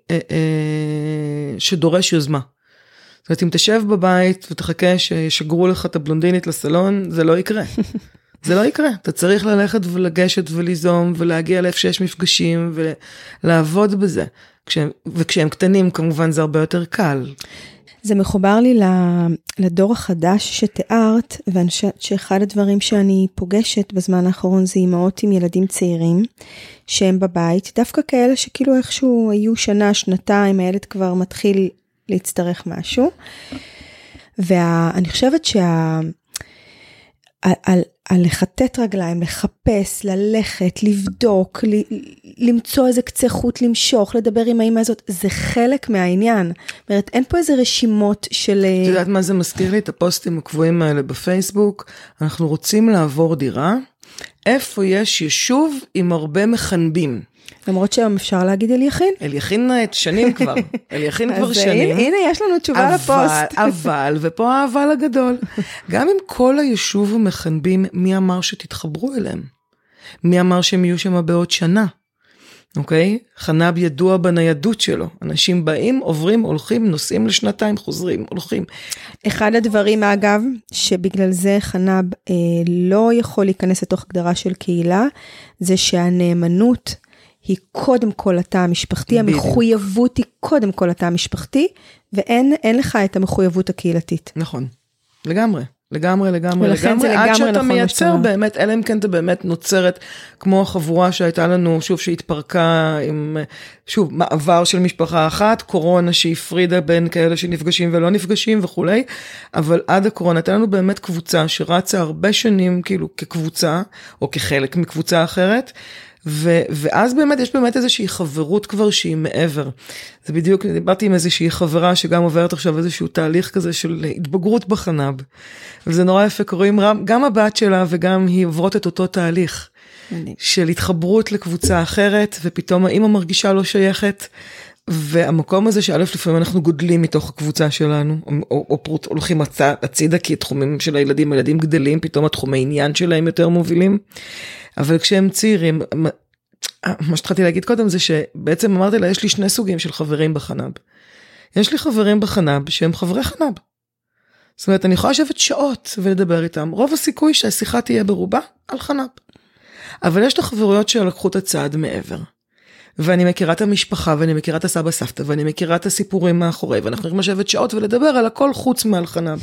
שדורש יוזמה. זאת אומרת, אם תשב בבית ותחכה שישגרו לך את הבלונדינית לסלון, זה לא יקרה. זה לא יקרה. אתה צריך ללכת ולגשת וליזום ולהגיע לאיפה שיש מפגשים ולעבוד בזה. כשהם, וכשהם קטנים, כמובן זה הרבה יותר קל. זה מחובר לי לדור החדש שתיארת, ואני חושבת שאחד הדברים שאני פוגשת בזמן האחרון זה אימהות עם ילדים צעירים, שהם בבית, דווקא כאלה שכאילו איכשהו היו שנה, שנתיים, הילד כבר מתחיל להצטרך משהו, ואני חושבת שה... על, על, על לחטט רגליים, לחפש, ללכת, לבדוק, ל, למצוא איזה קצה חוט, למשוך, לדבר עם האמא הזאת, זה חלק מהעניין. זאת אומרת, אין פה איזה רשימות של... את יודעת מה זה מזכיר לי? את הפוסטים הקבועים האלה בפייסבוק, אנחנו רוצים לעבור דירה, איפה יש יישוב עם הרבה מחנבים. למרות שהיום אפשר להגיד אליכין. אליכין שנים כבר, אליכין כבר שנים. הנה, יש לנו תשובה לפוסט. אבל, ופה האבל הגדול, גם אם כל היישוב המחנבים, מי אמר שתתחברו אליהם? מי אמר שהם יהיו שם בעוד שנה? אוקיי? חנב ידוע בניידות שלו. אנשים באים, עוברים, הולכים, נוסעים לשנתיים, חוזרים, הולכים. אחד הדברים, אגב, שבגלל זה חנב אה, לא יכול להיכנס לתוך הגדרה של קהילה, זה שהנאמנות היא קודם כל התא המשפחתי, המחויבות היא קודם כל התא המשפחתי, ואין אין לך את המחויבות הקהילתית. נכון, לגמרי, לגמרי, לגמרי, לגמרי, עד שאתה מייצר באמת, אלא אם כן אתה באמת נוצרת, כמו החבורה שהייתה לנו, שוב, שהתפרקה עם, שוב, מעבר של משפחה אחת, קורונה שהפרידה בין כאלה שנפגשים ולא נפגשים וכולי, אבל עד הקורונה, הייתה לנו באמת קבוצה שרצה הרבה שנים, כאילו, כקבוצה, או כחלק מקבוצה אחרת, ו- ואז באמת יש באמת איזושהי חברות כבר שהיא מעבר. זה בדיוק, דיברתי עם איזושהי חברה שגם עוברת עכשיו איזשהו תהליך כזה של התבגרות בחנב. וזה נורא יפה, קוראים גם הבת שלה וגם היא עוברות את אותו תהליך. של התחברות לקבוצה אחרת, ופתאום האמא מרגישה לא שייכת, והמקום הזה שא' לפעמים אנחנו גודלים מתוך הקבוצה שלנו, או, או, או פרוט, הולכים הצ, הצידה, כי התחומים של הילדים, הילדים גדלים, פתאום התחומי עניין שלהם יותר מובילים, אבל כשהם צעירים, מה שתחלתי להגיד קודם זה שבעצם אמרתי לה, יש לי שני סוגים של חברים בחנב. יש לי חברים בחנב שהם חברי חנב. זאת אומרת, אני יכולה לשבת שעות ולדבר איתם, רוב הסיכוי שהשיחה תהיה ברובה על חנב. אבל יש את החברויות שלקחו את הצעד מעבר. ואני מכירה את המשפחה, ואני מכירה את הסבא סבתא, ואני מכירה את הסיפורים מאחורי, ואנחנו יכולים לשבת שעות ולדבר על הכל חוץ מעל חנב.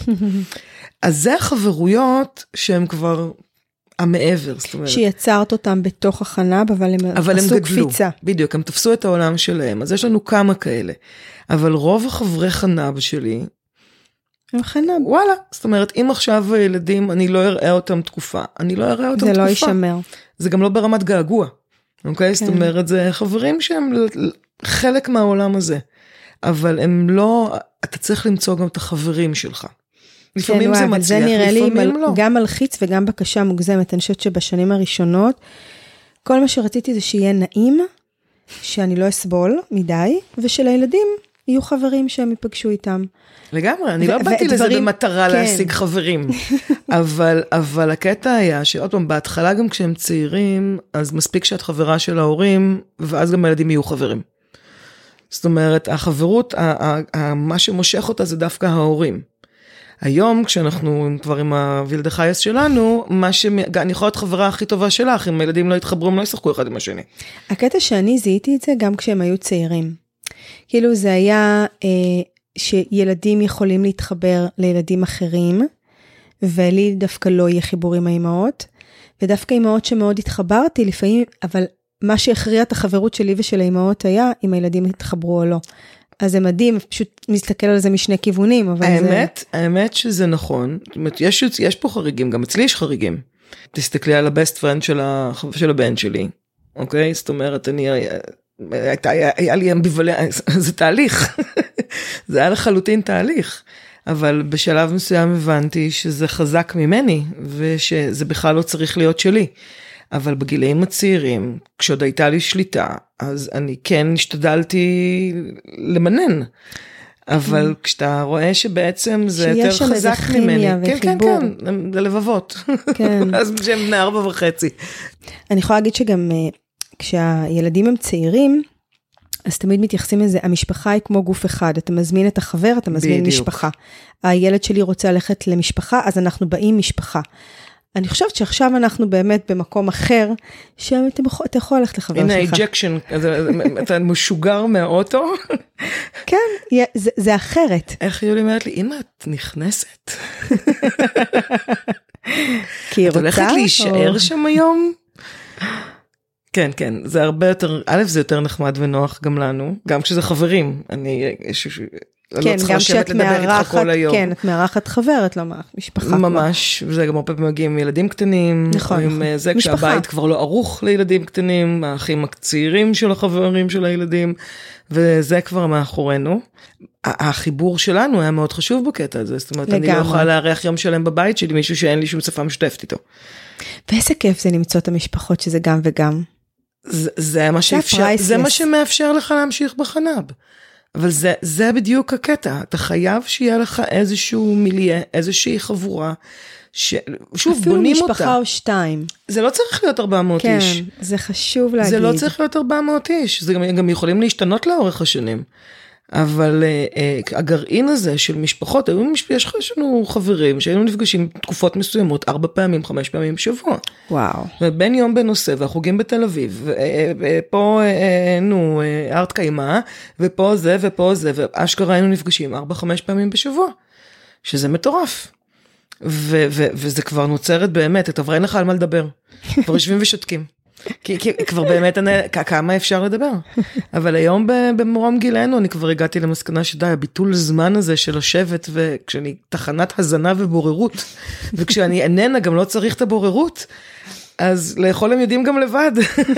אז זה החברויות שהן כבר המעבר, זאת אומרת. שיצרת אותם בתוך החנב, אבל הם, אבל עשו הם גדלו, קפיצה. בדיוק, הם תפסו את העולם שלהם, אז יש לנו כמה כאלה. אבל רוב החברי חנב שלי, הם חנב. וואלה, זאת אומרת, אם עכשיו ילדים, אני לא אראה אותם תקופה, אני לא אראה אותם תקופה. זה לא יישמר. זה גם לא ברמת געגוע, אוקיי? זאת אומרת, זה חברים שהם חלק מהעולם הזה, אבל הם לא, אתה צריך למצוא גם את החברים שלך. לפעמים זה מצליח, לפעמים לא. גם מלחיץ וגם בקשה מוגזמת. אני חושבת שבשנים הראשונות, כל מה שרציתי זה שיהיה נעים, שאני לא אסבול מדי, ושלילדים יהיו חברים שהם ייפגשו איתם. לגמרי, אני לא באתי לזה במטרה להשיג חברים, אבל, אבל הקטע היה שעוד פעם, בהתחלה גם כשהם צעירים, אז מספיק שאת חברה של ההורים, ואז גם הילדים יהיו חברים. זאת אומרת, החברות, מה שמושך אותה זה דווקא ההורים. היום, כשאנחנו כבר עם הוילדה חייס שלנו, מה ש... אני יכולה להיות חברה הכי טובה שלך, אם הילדים לא יתחברו, הם לא ישחקו אחד עם השני. הקטע שאני זיהיתי את זה גם כשהם היו צעירים. כאילו זה היה אה, שילדים יכולים להתחבר לילדים אחרים, ולי דווקא לא יהיה חיבור עם האימהות, ודווקא אימהות שמאוד התחברתי לפעמים, אבל מה שהכריע את החברות שלי ושל האימהות היה, אם הילדים התחברו או לא. אז זה מדהים, פשוט מסתכל על זה משני כיוונים, אבל האמת, זה... האמת שזה נכון, זאת אומרת, יש, יש פה חריגים, גם אצלי יש חריגים. תסתכלי על הבסט פרנד של, של הבן שלי, אוקיי? זאת אומרת, אני, הייתה, היה לי אמביוולנט, זה תהליך, זה היה לחלוטין תהליך, אבל בשלב מסוים הבנתי שזה חזק ממני, ושזה בכלל לא צריך להיות שלי. אבל בגילאים הצעירים, כשעוד הייתה לי שליטה, אז אני כן השתדלתי למנן. אבל כשאתה רואה שבעצם זה יותר חזק ממני. כן, כן, כן, זה לבבות. אז שהם בני ארבע וחצי. אני יכולה להגיד שגם כשהילדים הם צעירים, אז תמיד מתייחסים לזה, המשפחה היא כמו גוף אחד, אתה מזמין את החבר, אתה מזמין משפחה. הילד שלי רוצה ללכת למשפחה, אז אנחנו באים משפחה. אני חושבת שעכשיו אנחנו באמת במקום אחר, שאתה יכול ללכת לחבר שלך. הנה האג'קשן, אתה משוגר מהאוטו. כן, זה אחרת. איך יולי אומרת לי, אמא, את נכנסת? כי היא רוצה? את הולכת להישאר שם היום? כן, כן, זה הרבה יותר, א', זה יותר נחמד ונוח גם לנו, גם כשזה חברים, אני... כן, גם כשאת מארחת, כן, את מארחת חברת, לא מארחת משפחה. ממש, וזה גם הרבה פעמים מגיעים עם ילדים קטנים, נכון, עם זה כשהבית כבר לא ערוך לילדים קטנים, האחים הצעירים של החברים של הילדים, וזה כבר מאחורינו. החיבור שלנו היה מאוד חשוב בקטע הזה, זאת אומרת, אני לא יכולה לארח יום שלם בבית שלי, מישהו שאין לי שום שפה משותפת איתו. ואיזה כיף זה למצוא את המשפחות שזה גם וגם. זה מה שאפשר, זה מה שמאפשר לך להמשיך בחנב. אבל זה, זה בדיוק הקטע, אתה חייב שיהיה לך איזשהו מיליה, איזושהי חבורה, ש... שוב, בונים אותה. אפילו משפחה או שתיים. זה לא צריך להיות ארבע מאות כן, איש. כן, זה חשוב להגיד. זה לא צריך להיות ארבע מאות איש, זה גם, גם יכולים להשתנות לאורך השנים. אבל uh, הגרעין הזה של משפחות, יש לנו חברים שהיינו נפגשים תקופות מסוימות, ארבע פעמים, חמש פעמים בשבוע. וואו. ובין יום בנושא, והחוגים בתל אביב, ופה, נו, ארט קיימה, ופה זה ופה זה, ואשכרה היינו נפגשים ארבע, חמש פעמים בשבוע, שזה מטורף. ו- ו- וזה כבר נוצרת באמת, אתה אין לך על מה לדבר, כבר יושבים ושותקים. כי, כי כבר באמת אני, כמה אפשר לדבר. אבל היום במורם גילנו, אני כבר הגעתי למסקנה שדי, הביטול זמן הזה של לשבת, וכשאני תחנת הזנה ובוררות, וכשאני איננה גם לא צריך את הבוררות, אז לאכול הם יודעים גם לבד.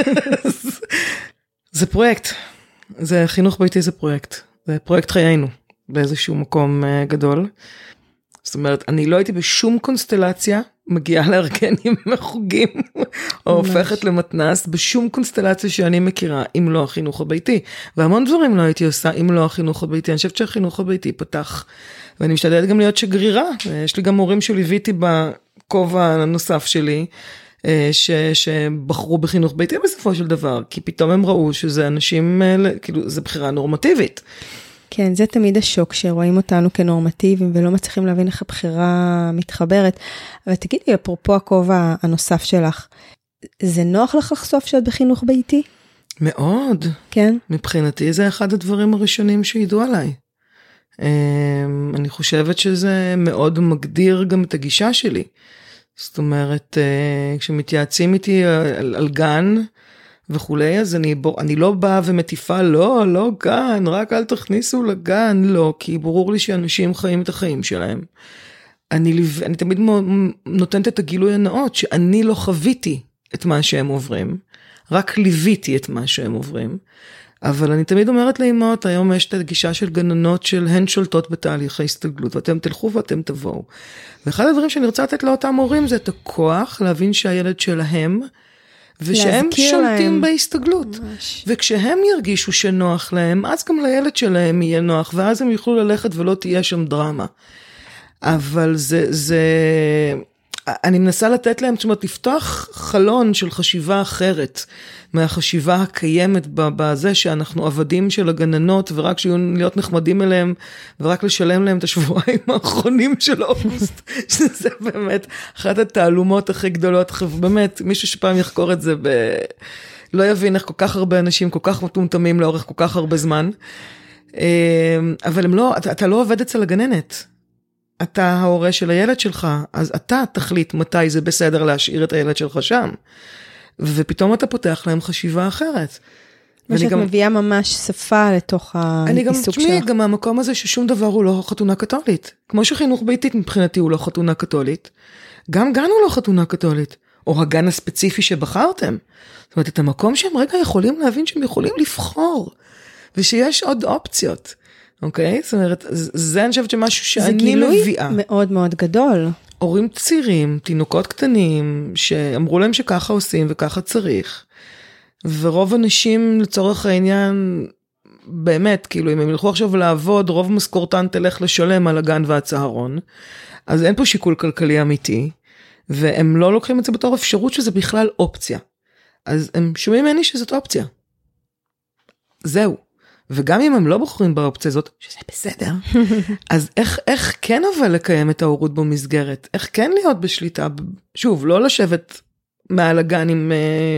זה פרויקט. זה חינוך ביתי, זה פרויקט. זה פרויקט חיינו, באיזשהו מקום גדול. זאת אומרת, אני לא הייתי בשום קונסטלציה, מגיעה לארגן עם החוגים, או הופכת למתנס, בשום קונסטלציה שאני מכירה, אם לא החינוך הביתי. והמון דברים לא הייתי עושה, אם לא החינוך הביתי. אני חושבת שהחינוך הביתי פתח, ואני משתדלת גם להיות שגרירה. יש לי גם מורים שליוויתי בכובע הנוסף שלי, ש, שבחרו בחינוך ביתי בסופו של דבר, כי פתאום הם ראו שזה אנשים, כאילו, זה בחירה נורמטיבית. כן, זה תמיד השוק שרואים אותנו כנורמטיביים ולא מצליחים להבין איך הבחירה מתחברת. אבל תגידי, אפרופו הכובע הנוסף שלך, זה נוח לך לחשוף שאת בחינוך ביתי? מאוד. כן? מבחינתי זה אחד הדברים הראשונים שידעו עליי. אני חושבת שזה מאוד מגדיר גם את הגישה שלי. זאת אומרת, כשמתייעצים איתי על, על גן, וכולי, אז אני, בוא, אני לא באה ומטיפה, לא, לא גן, רק אל תכניסו לגן, לא, כי ברור לי שאנשים חיים את החיים שלהם. אני, אני תמיד נותנת את הגילוי הנאות, שאני לא חוויתי את מה שהם עוברים, רק ליוויתי את מה שהם עוברים, אבל אני תמיד אומרת לאמאות, היום יש את הגישה של גננות של הן שולטות בתהליך ההסתגלות, ואתם תלכו ואתם תבואו. ואחד הדברים שאני רוצה לתת לאותם הורים, זה את הכוח להבין שהילד שלהם, ושהם שולטים להם. בהסתגלות. ממש. וכשהם ירגישו שנוח להם, אז גם לילד שלהם יהיה נוח, ואז הם יוכלו ללכת ולא תהיה שם דרמה. אבל זה, זה, אני מנסה לתת להם, זאת אומרת, לפתוח חלון של חשיבה אחרת, מהחשיבה הקיימת בזה שאנחנו עבדים של הגננות, ורק שיהיו להיות נחמדים אליהם, ורק לשלם להם את השבועיים האחרונים של אוגוסט, שזה באמת אחת התעלומות הכי גדולות, באמת, מישהו שפעם יחקור את זה, ב... לא יבין איך כל כך הרבה אנשים, כל כך מטומטמים לאורך כל כך הרבה זמן, אבל הם לא, אתה, אתה לא עובד אצל הגננת, אתה ההורה של הילד שלך, אז אתה תחליט מתי זה בסדר להשאיר את הילד שלך שם, ופתאום אתה פותח להם חשיבה אחרת. מה שאת גם, מביאה ממש שפה לתוך העיסוק שלך. אני גם, גם המקום הזה ששום דבר הוא לא חתונה קתולית. כמו שחינוך ביתית מבחינתי הוא לא חתונה קתולית, גם גן הוא לא חתונה קתולית, או הגן הספציפי שבחרתם. זאת אומרת, את המקום שהם רגע יכולים להבין שהם יכולים לבחור, ושיש עוד אופציות. אוקיי? זאת אומרת, זה אני חושבת שמשהו שאני מביאה. זה גילוי מאוד מאוד גדול. הורים צעירים, תינוקות קטנים, שאמרו להם שככה עושים וככה צריך. ורוב אנשים לצורך העניין, באמת, כאילו, אם הם ילכו עכשיו לעבוד, רוב משכורתן תלך לשלם על הגן והצהרון. אז אין פה שיקול כלכלי אמיתי, והם לא לוקחים את זה בתור אפשרות שזה בכלל אופציה. אז הם שומעים ממני שזאת אופציה. זהו. וגם אם הם לא בוחרים באופציה הזאת, שזה בסדר, אז איך, איך כן אבל לקיים את ההורות במסגרת? איך כן להיות בשליטה? שוב, לא לשבת מעל הגן עם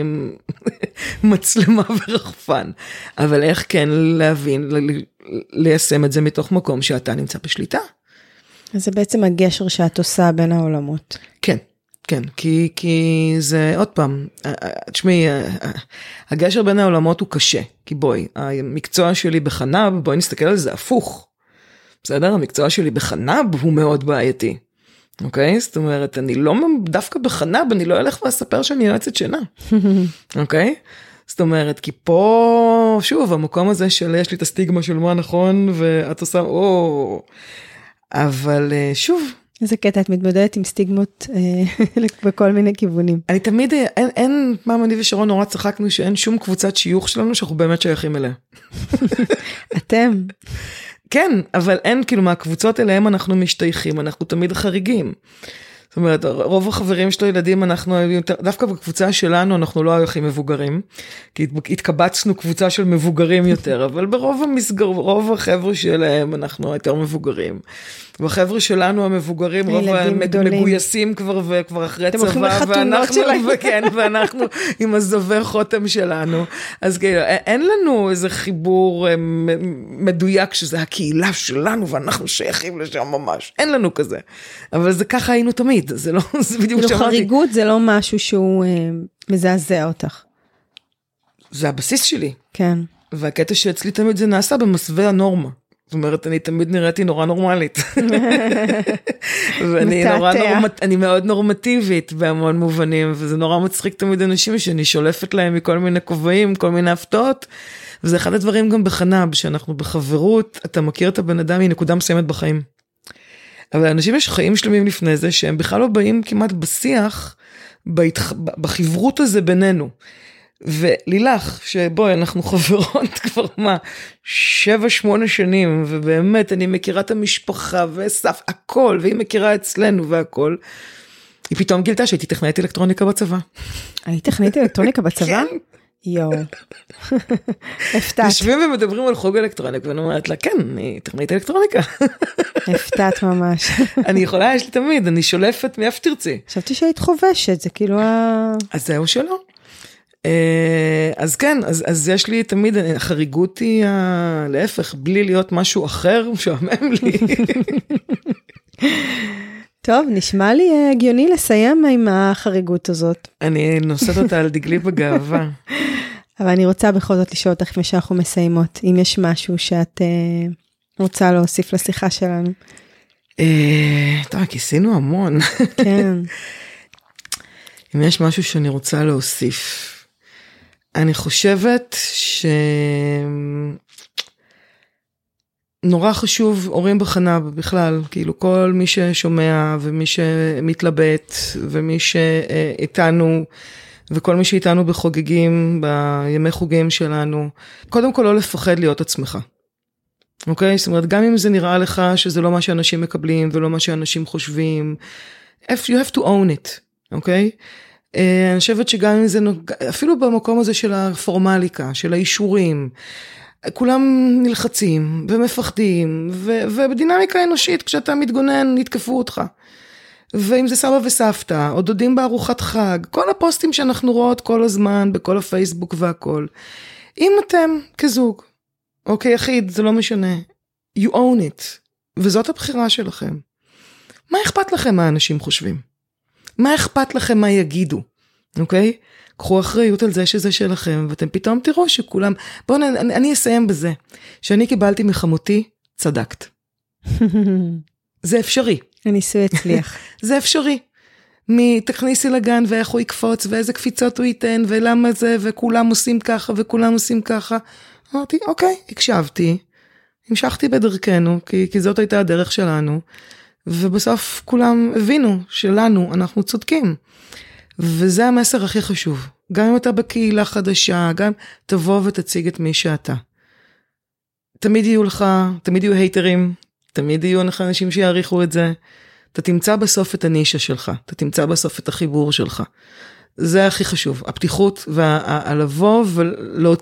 מצלמה ורחפן, אבל איך כן להבין, ליישם את זה מתוך מקום שאתה נמצא בשליטה? אז זה בעצם הגשר שאת עושה בין העולמות. כן. כן, כי, כי זה עוד פעם, תשמעי, הגשר בין העולמות הוא קשה, כי בואי, המקצוע שלי בחנב, בואי נסתכל על זה הפוך, בסדר? המקצוע שלי בחנב הוא מאוד בעייתי, אוקיי? זאת אומרת, אני לא, דווקא בחנב, אני לא אלך ואספר שאני יועצת שינה, אוקיי? זאת אומרת, כי פה, שוב, המקום הזה של יש לי את הסטיגמה של מה נכון, ואת עושה, או, אבל שוב, איזה קטע, את מתמודדת עם סטיגמות בכל מיני כיוונים. אני תמיד, אין, אין, פעם אני ושרון נורא צחקנו שאין שום קבוצת שיוך שלנו שאנחנו באמת שייכים אליה. אתם. כן, אבל אין, כאילו, מהקבוצות אליהם אנחנו משתייכים, אנחנו תמיד חריגים. זאת אומרת, רוב החברים של הילדים, אנחנו, דווקא בקבוצה שלנו, אנחנו לא הכי מבוגרים, כי התקבצנו קבוצה של מבוגרים יותר, אבל ברוב המסגר, רוב החבר'ה שלהם, אנחנו יותר מבוגרים. בחבר'ה שלנו המבוגרים, רוב המגויסים כבר, וכבר אחרי צבא, ואנחנו, וכן, ואנחנו עם הזובר חותם שלנו. אז כאילו, אין לנו איזה חיבור מדויק, שזה הקהילה שלנו, ואנחנו שייכים לשם ממש. אין לנו כזה. אבל זה ככה היינו תמיד. זה לא, זה בדיוק שאמרתי. חריגות זה לא משהו שהוא מזעזע אותך. זה הבסיס שלי. כן. והקטע שאצלי תמיד זה נעשה במסווה הנורמה. זאת אומרת, אני תמיד נראיתי נורא נורמלית. ואני נורא נורמט, אני מאוד נורמטיבית בהמון מובנים, וזה נורא מצחיק תמיד אנשים שאני שולפת להם מכל מיני כובעים, כל מיני הפתעות, וזה אחד הדברים גם בחנב, שאנחנו בחברות, אתה מכיר את הבן אדם מנקודה מסוימת בחיים. אבל אנשים יש חיים שלמים לפני זה, שהם בכלל לא באים כמעט בשיח, בהתח... בחברות הזה בינינו. ולילך, שבואי, אנחנו חברות כבר מה, שבע, שמונה שנים, ובאמת אני מכירה את המשפחה, וסף, הכל, והיא מכירה אצלנו והכל. היא פתאום גילתה שהייתי טכנאית אלקטרוניקה בצבא. היית טכנאית אלקטרוניקה בצבא? כן. יואו. הפתעת. יושבים ומדברים על חוג אלקטרוניקה, ואני אומרת לה, כן, אני טכנאית אלקטרוניקה. הפתעת ממש. אני יכולה, יש לי תמיד, אני שולפת מאיפה תרצי. חשבתי שהיית חובשת, זה כאילו ה... אז זהו שלא. אז כן, אז, אז יש לי תמיד, החריגות היא ה... להפך, בלי להיות משהו אחר, משעמם לי. טוב, נשמע לי הגיוני לסיים עם החריגות הזאת. אני נושאת אותה על דגלי בגאווה. אבל אני רוצה בכל זאת לשאול אותך לפני שאנחנו מסיימות, אם יש משהו שאת רוצה להוסיף לשיחה שלנו. טוב, כיסינו המון. כן. אם יש משהו שאני רוצה להוסיף, אני חושבת ש... נורא חשוב, הורים בחנה בכלל, כאילו כל מי ששומע ומי שמתלבט ומי שאיתנו וכל מי שאיתנו בחוגגים, בימי חוגים שלנו, קודם כל לא לפחד להיות עצמך. אוקיי? זאת אומרת, גם אם זה נראה לך שזה לא מה שאנשים מקבלים ולא מה שאנשים חושבים, you have to own it, אוקיי? אני חושבת שגם אם זה, אפילו במקום הזה של הפורמליקה, של האישורים, כולם נלחצים ומפחדים, ו- ובדינמיקה אנושית, כשאתה מתגונן, נתקפו אותך. ואם זה סבא וסבתא, או דודים בארוחת חג, כל הפוסטים שאנחנו רואות כל הזמן, בכל הפייסבוק והכל. אם אתם כזוג, או כיחיד, זה לא משנה, you own it, וזאת הבחירה שלכם. מה אכפת לכם מה אנשים חושבים? מה אכפת לכם מה יגידו? אוקיי? קחו אחריות על זה שזה שלכם, ואתם פתאום תראו שכולם, בואו אני, אני אסיים בזה, שאני קיבלתי מחמותי, צדקת. זה אפשרי. הניסוי הצליח. זה אפשרי. מתכניסי לגן ואיך הוא יקפוץ, ואיזה קפיצות הוא ייתן, ולמה זה, וכולם עושים ככה, וכולם עושים ככה. אמרתי, אוקיי, הקשבתי, המשכתי בדרכנו, כי, כי זאת הייתה הדרך שלנו, ובסוף כולם הבינו שלנו, אנחנו צודקים. וזה המסר הכי חשוב. גם אם אתה בקהילה חדשה, גם תבוא ותציג את מי שאתה. תמיד יהיו לך, תמיד יהיו הייטרים, תמיד יהיו אנשים שיעריכו את זה. אתה תמצא בסוף את הנישה שלך, אתה תמצא בסוף את החיבור שלך. זה הכי חשוב. הפתיחות והלבוא ולא...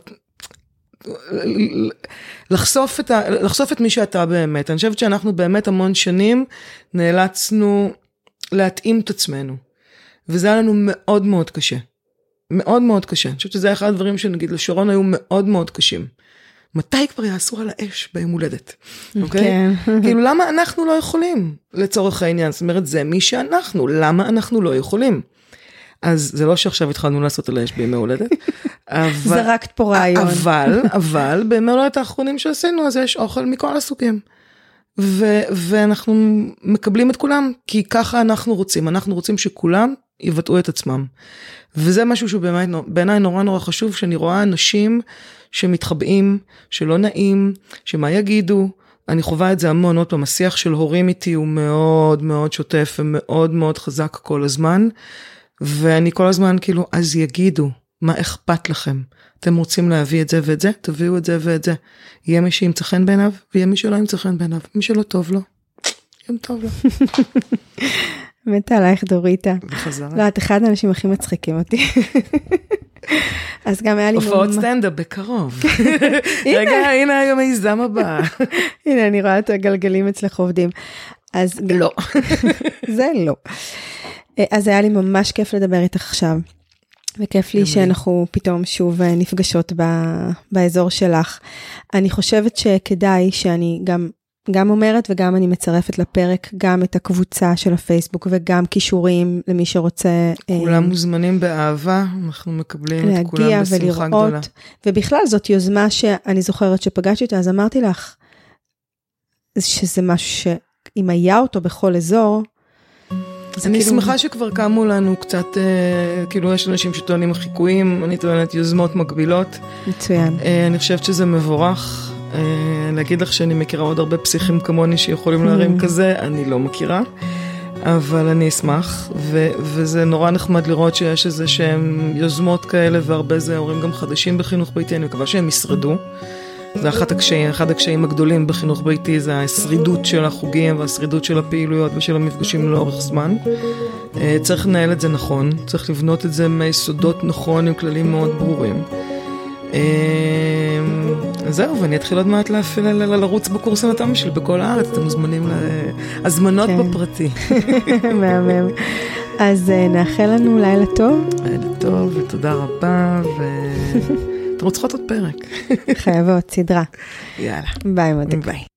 לחשוף את, ה, לחשוף את מי שאתה באמת. אני חושבת שאנחנו באמת המון שנים נאלצנו להתאים את עצמנו. וזה היה לנו מאוד מאוד קשה. מאוד מאוד קשה. אני חושבת שזה אחד הדברים שנגיד לשרון היו מאוד מאוד קשים. מתי כבר יעשו על האש ביום הולדת? אוקיי? כאילו למה אנחנו לא יכולים לצורך העניין? זאת אומרת זה מי שאנחנו. למה אנחנו לא יכולים? אז זה לא שעכשיו התחלנו לעשות על האש בימי הולדת. זרקת פה רעיון. אבל, אבל בימי הולדת האחרונים שעשינו אז יש אוכל מכל הסוגים. ו- ואנחנו מקבלים את כולם, כי ככה אנחנו רוצים, אנחנו רוצים שכולם יבטאו את עצמם. וזה משהו שהוא באמת, בעיניי נורא נורא חשוב, שאני רואה אנשים שמתחבאים, שלא נעים, שמה יגידו, אני חווה את זה המון, עוד פעם, השיח של הורים איתי הוא מאוד מאוד שוטף, ומאוד מאוד חזק כל הזמן, ואני כל הזמן כאילו, אז יגידו, מה אכפת לכם? אתם רוצים להביא את זה ואת זה, תביאו את זה ואת זה. יהיה מי שימצא חן בעיניו, ויהיה מי שלא ימצא חן בעיניו. מי שלא טוב לו, יום טוב לו. מתה עלייך דוריטה. וחזרה. לא, את אחד האנשים הכי מצחיקים אותי. אז גם היה לי... הופעות סטנדאפ בקרוב. רגע, הנה היום היזם הבא. הנה, אני רואה את הגלגלים אצלך עובדים. אז... לא. זה לא. אז היה לי ממש כיף לדבר איתך עכשיו. וכיף לי שאנחנו פתאום שוב נפגשות באזור שלך. אני חושבת שכדאי שאני גם, גם אומרת וגם אני מצרפת לפרק גם את הקבוצה של הפייסבוק וגם קישורים למי שרוצה. כולם מוזמנים באהבה, אנחנו מקבלים את כולם בשמחה גדולה. ובכלל זאת יוזמה שאני זוכרת שפגשתי אותה, אז אמרתי לך שזה משהו שאם היה אותו בכל אזור, אני כאילו... שמחה שכבר קמו לנו קצת, אה, כאילו יש אנשים שטוענים חיקויים, אני טוענת יוזמות מקבילות. מצוין. אה, אני חושבת שזה מבורך. אה, להגיד לך שאני מכירה עוד הרבה פסיכים כמוני שיכולים להרים כזה, אני לא מכירה. אבל אני אשמח, ו- וזה נורא נחמד לראות שיש איזה שהם יוזמות כאלה, והרבה זה הורים גם חדשים בחינוך ביתי, אני מקווה שהם ישרדו. זה אחד הקשיים, אחד הקשיים הגדולים בחינוך ביתי, זה השרידות של החוגים והשרידות של הפעילויות ושל המפגשים לאורך זמן. צריך לנהל את זה נכון, צריך לבנות את זה מיסודות נכון עם כללים מאוד ברורים. זהו, ואני אתחיל עוד מעט לרוץ בקורס הנת"ם שלי בכל הארץ, אתם מוזמנים להזמנות בפרטי. מהמם. אז נאחל לנו לילה טוב. לילה טוב, ותודה רבה, ו... אתם רוצות עוד פרק. חייבות, סדרה. יאללה. ביי מותק. ביי.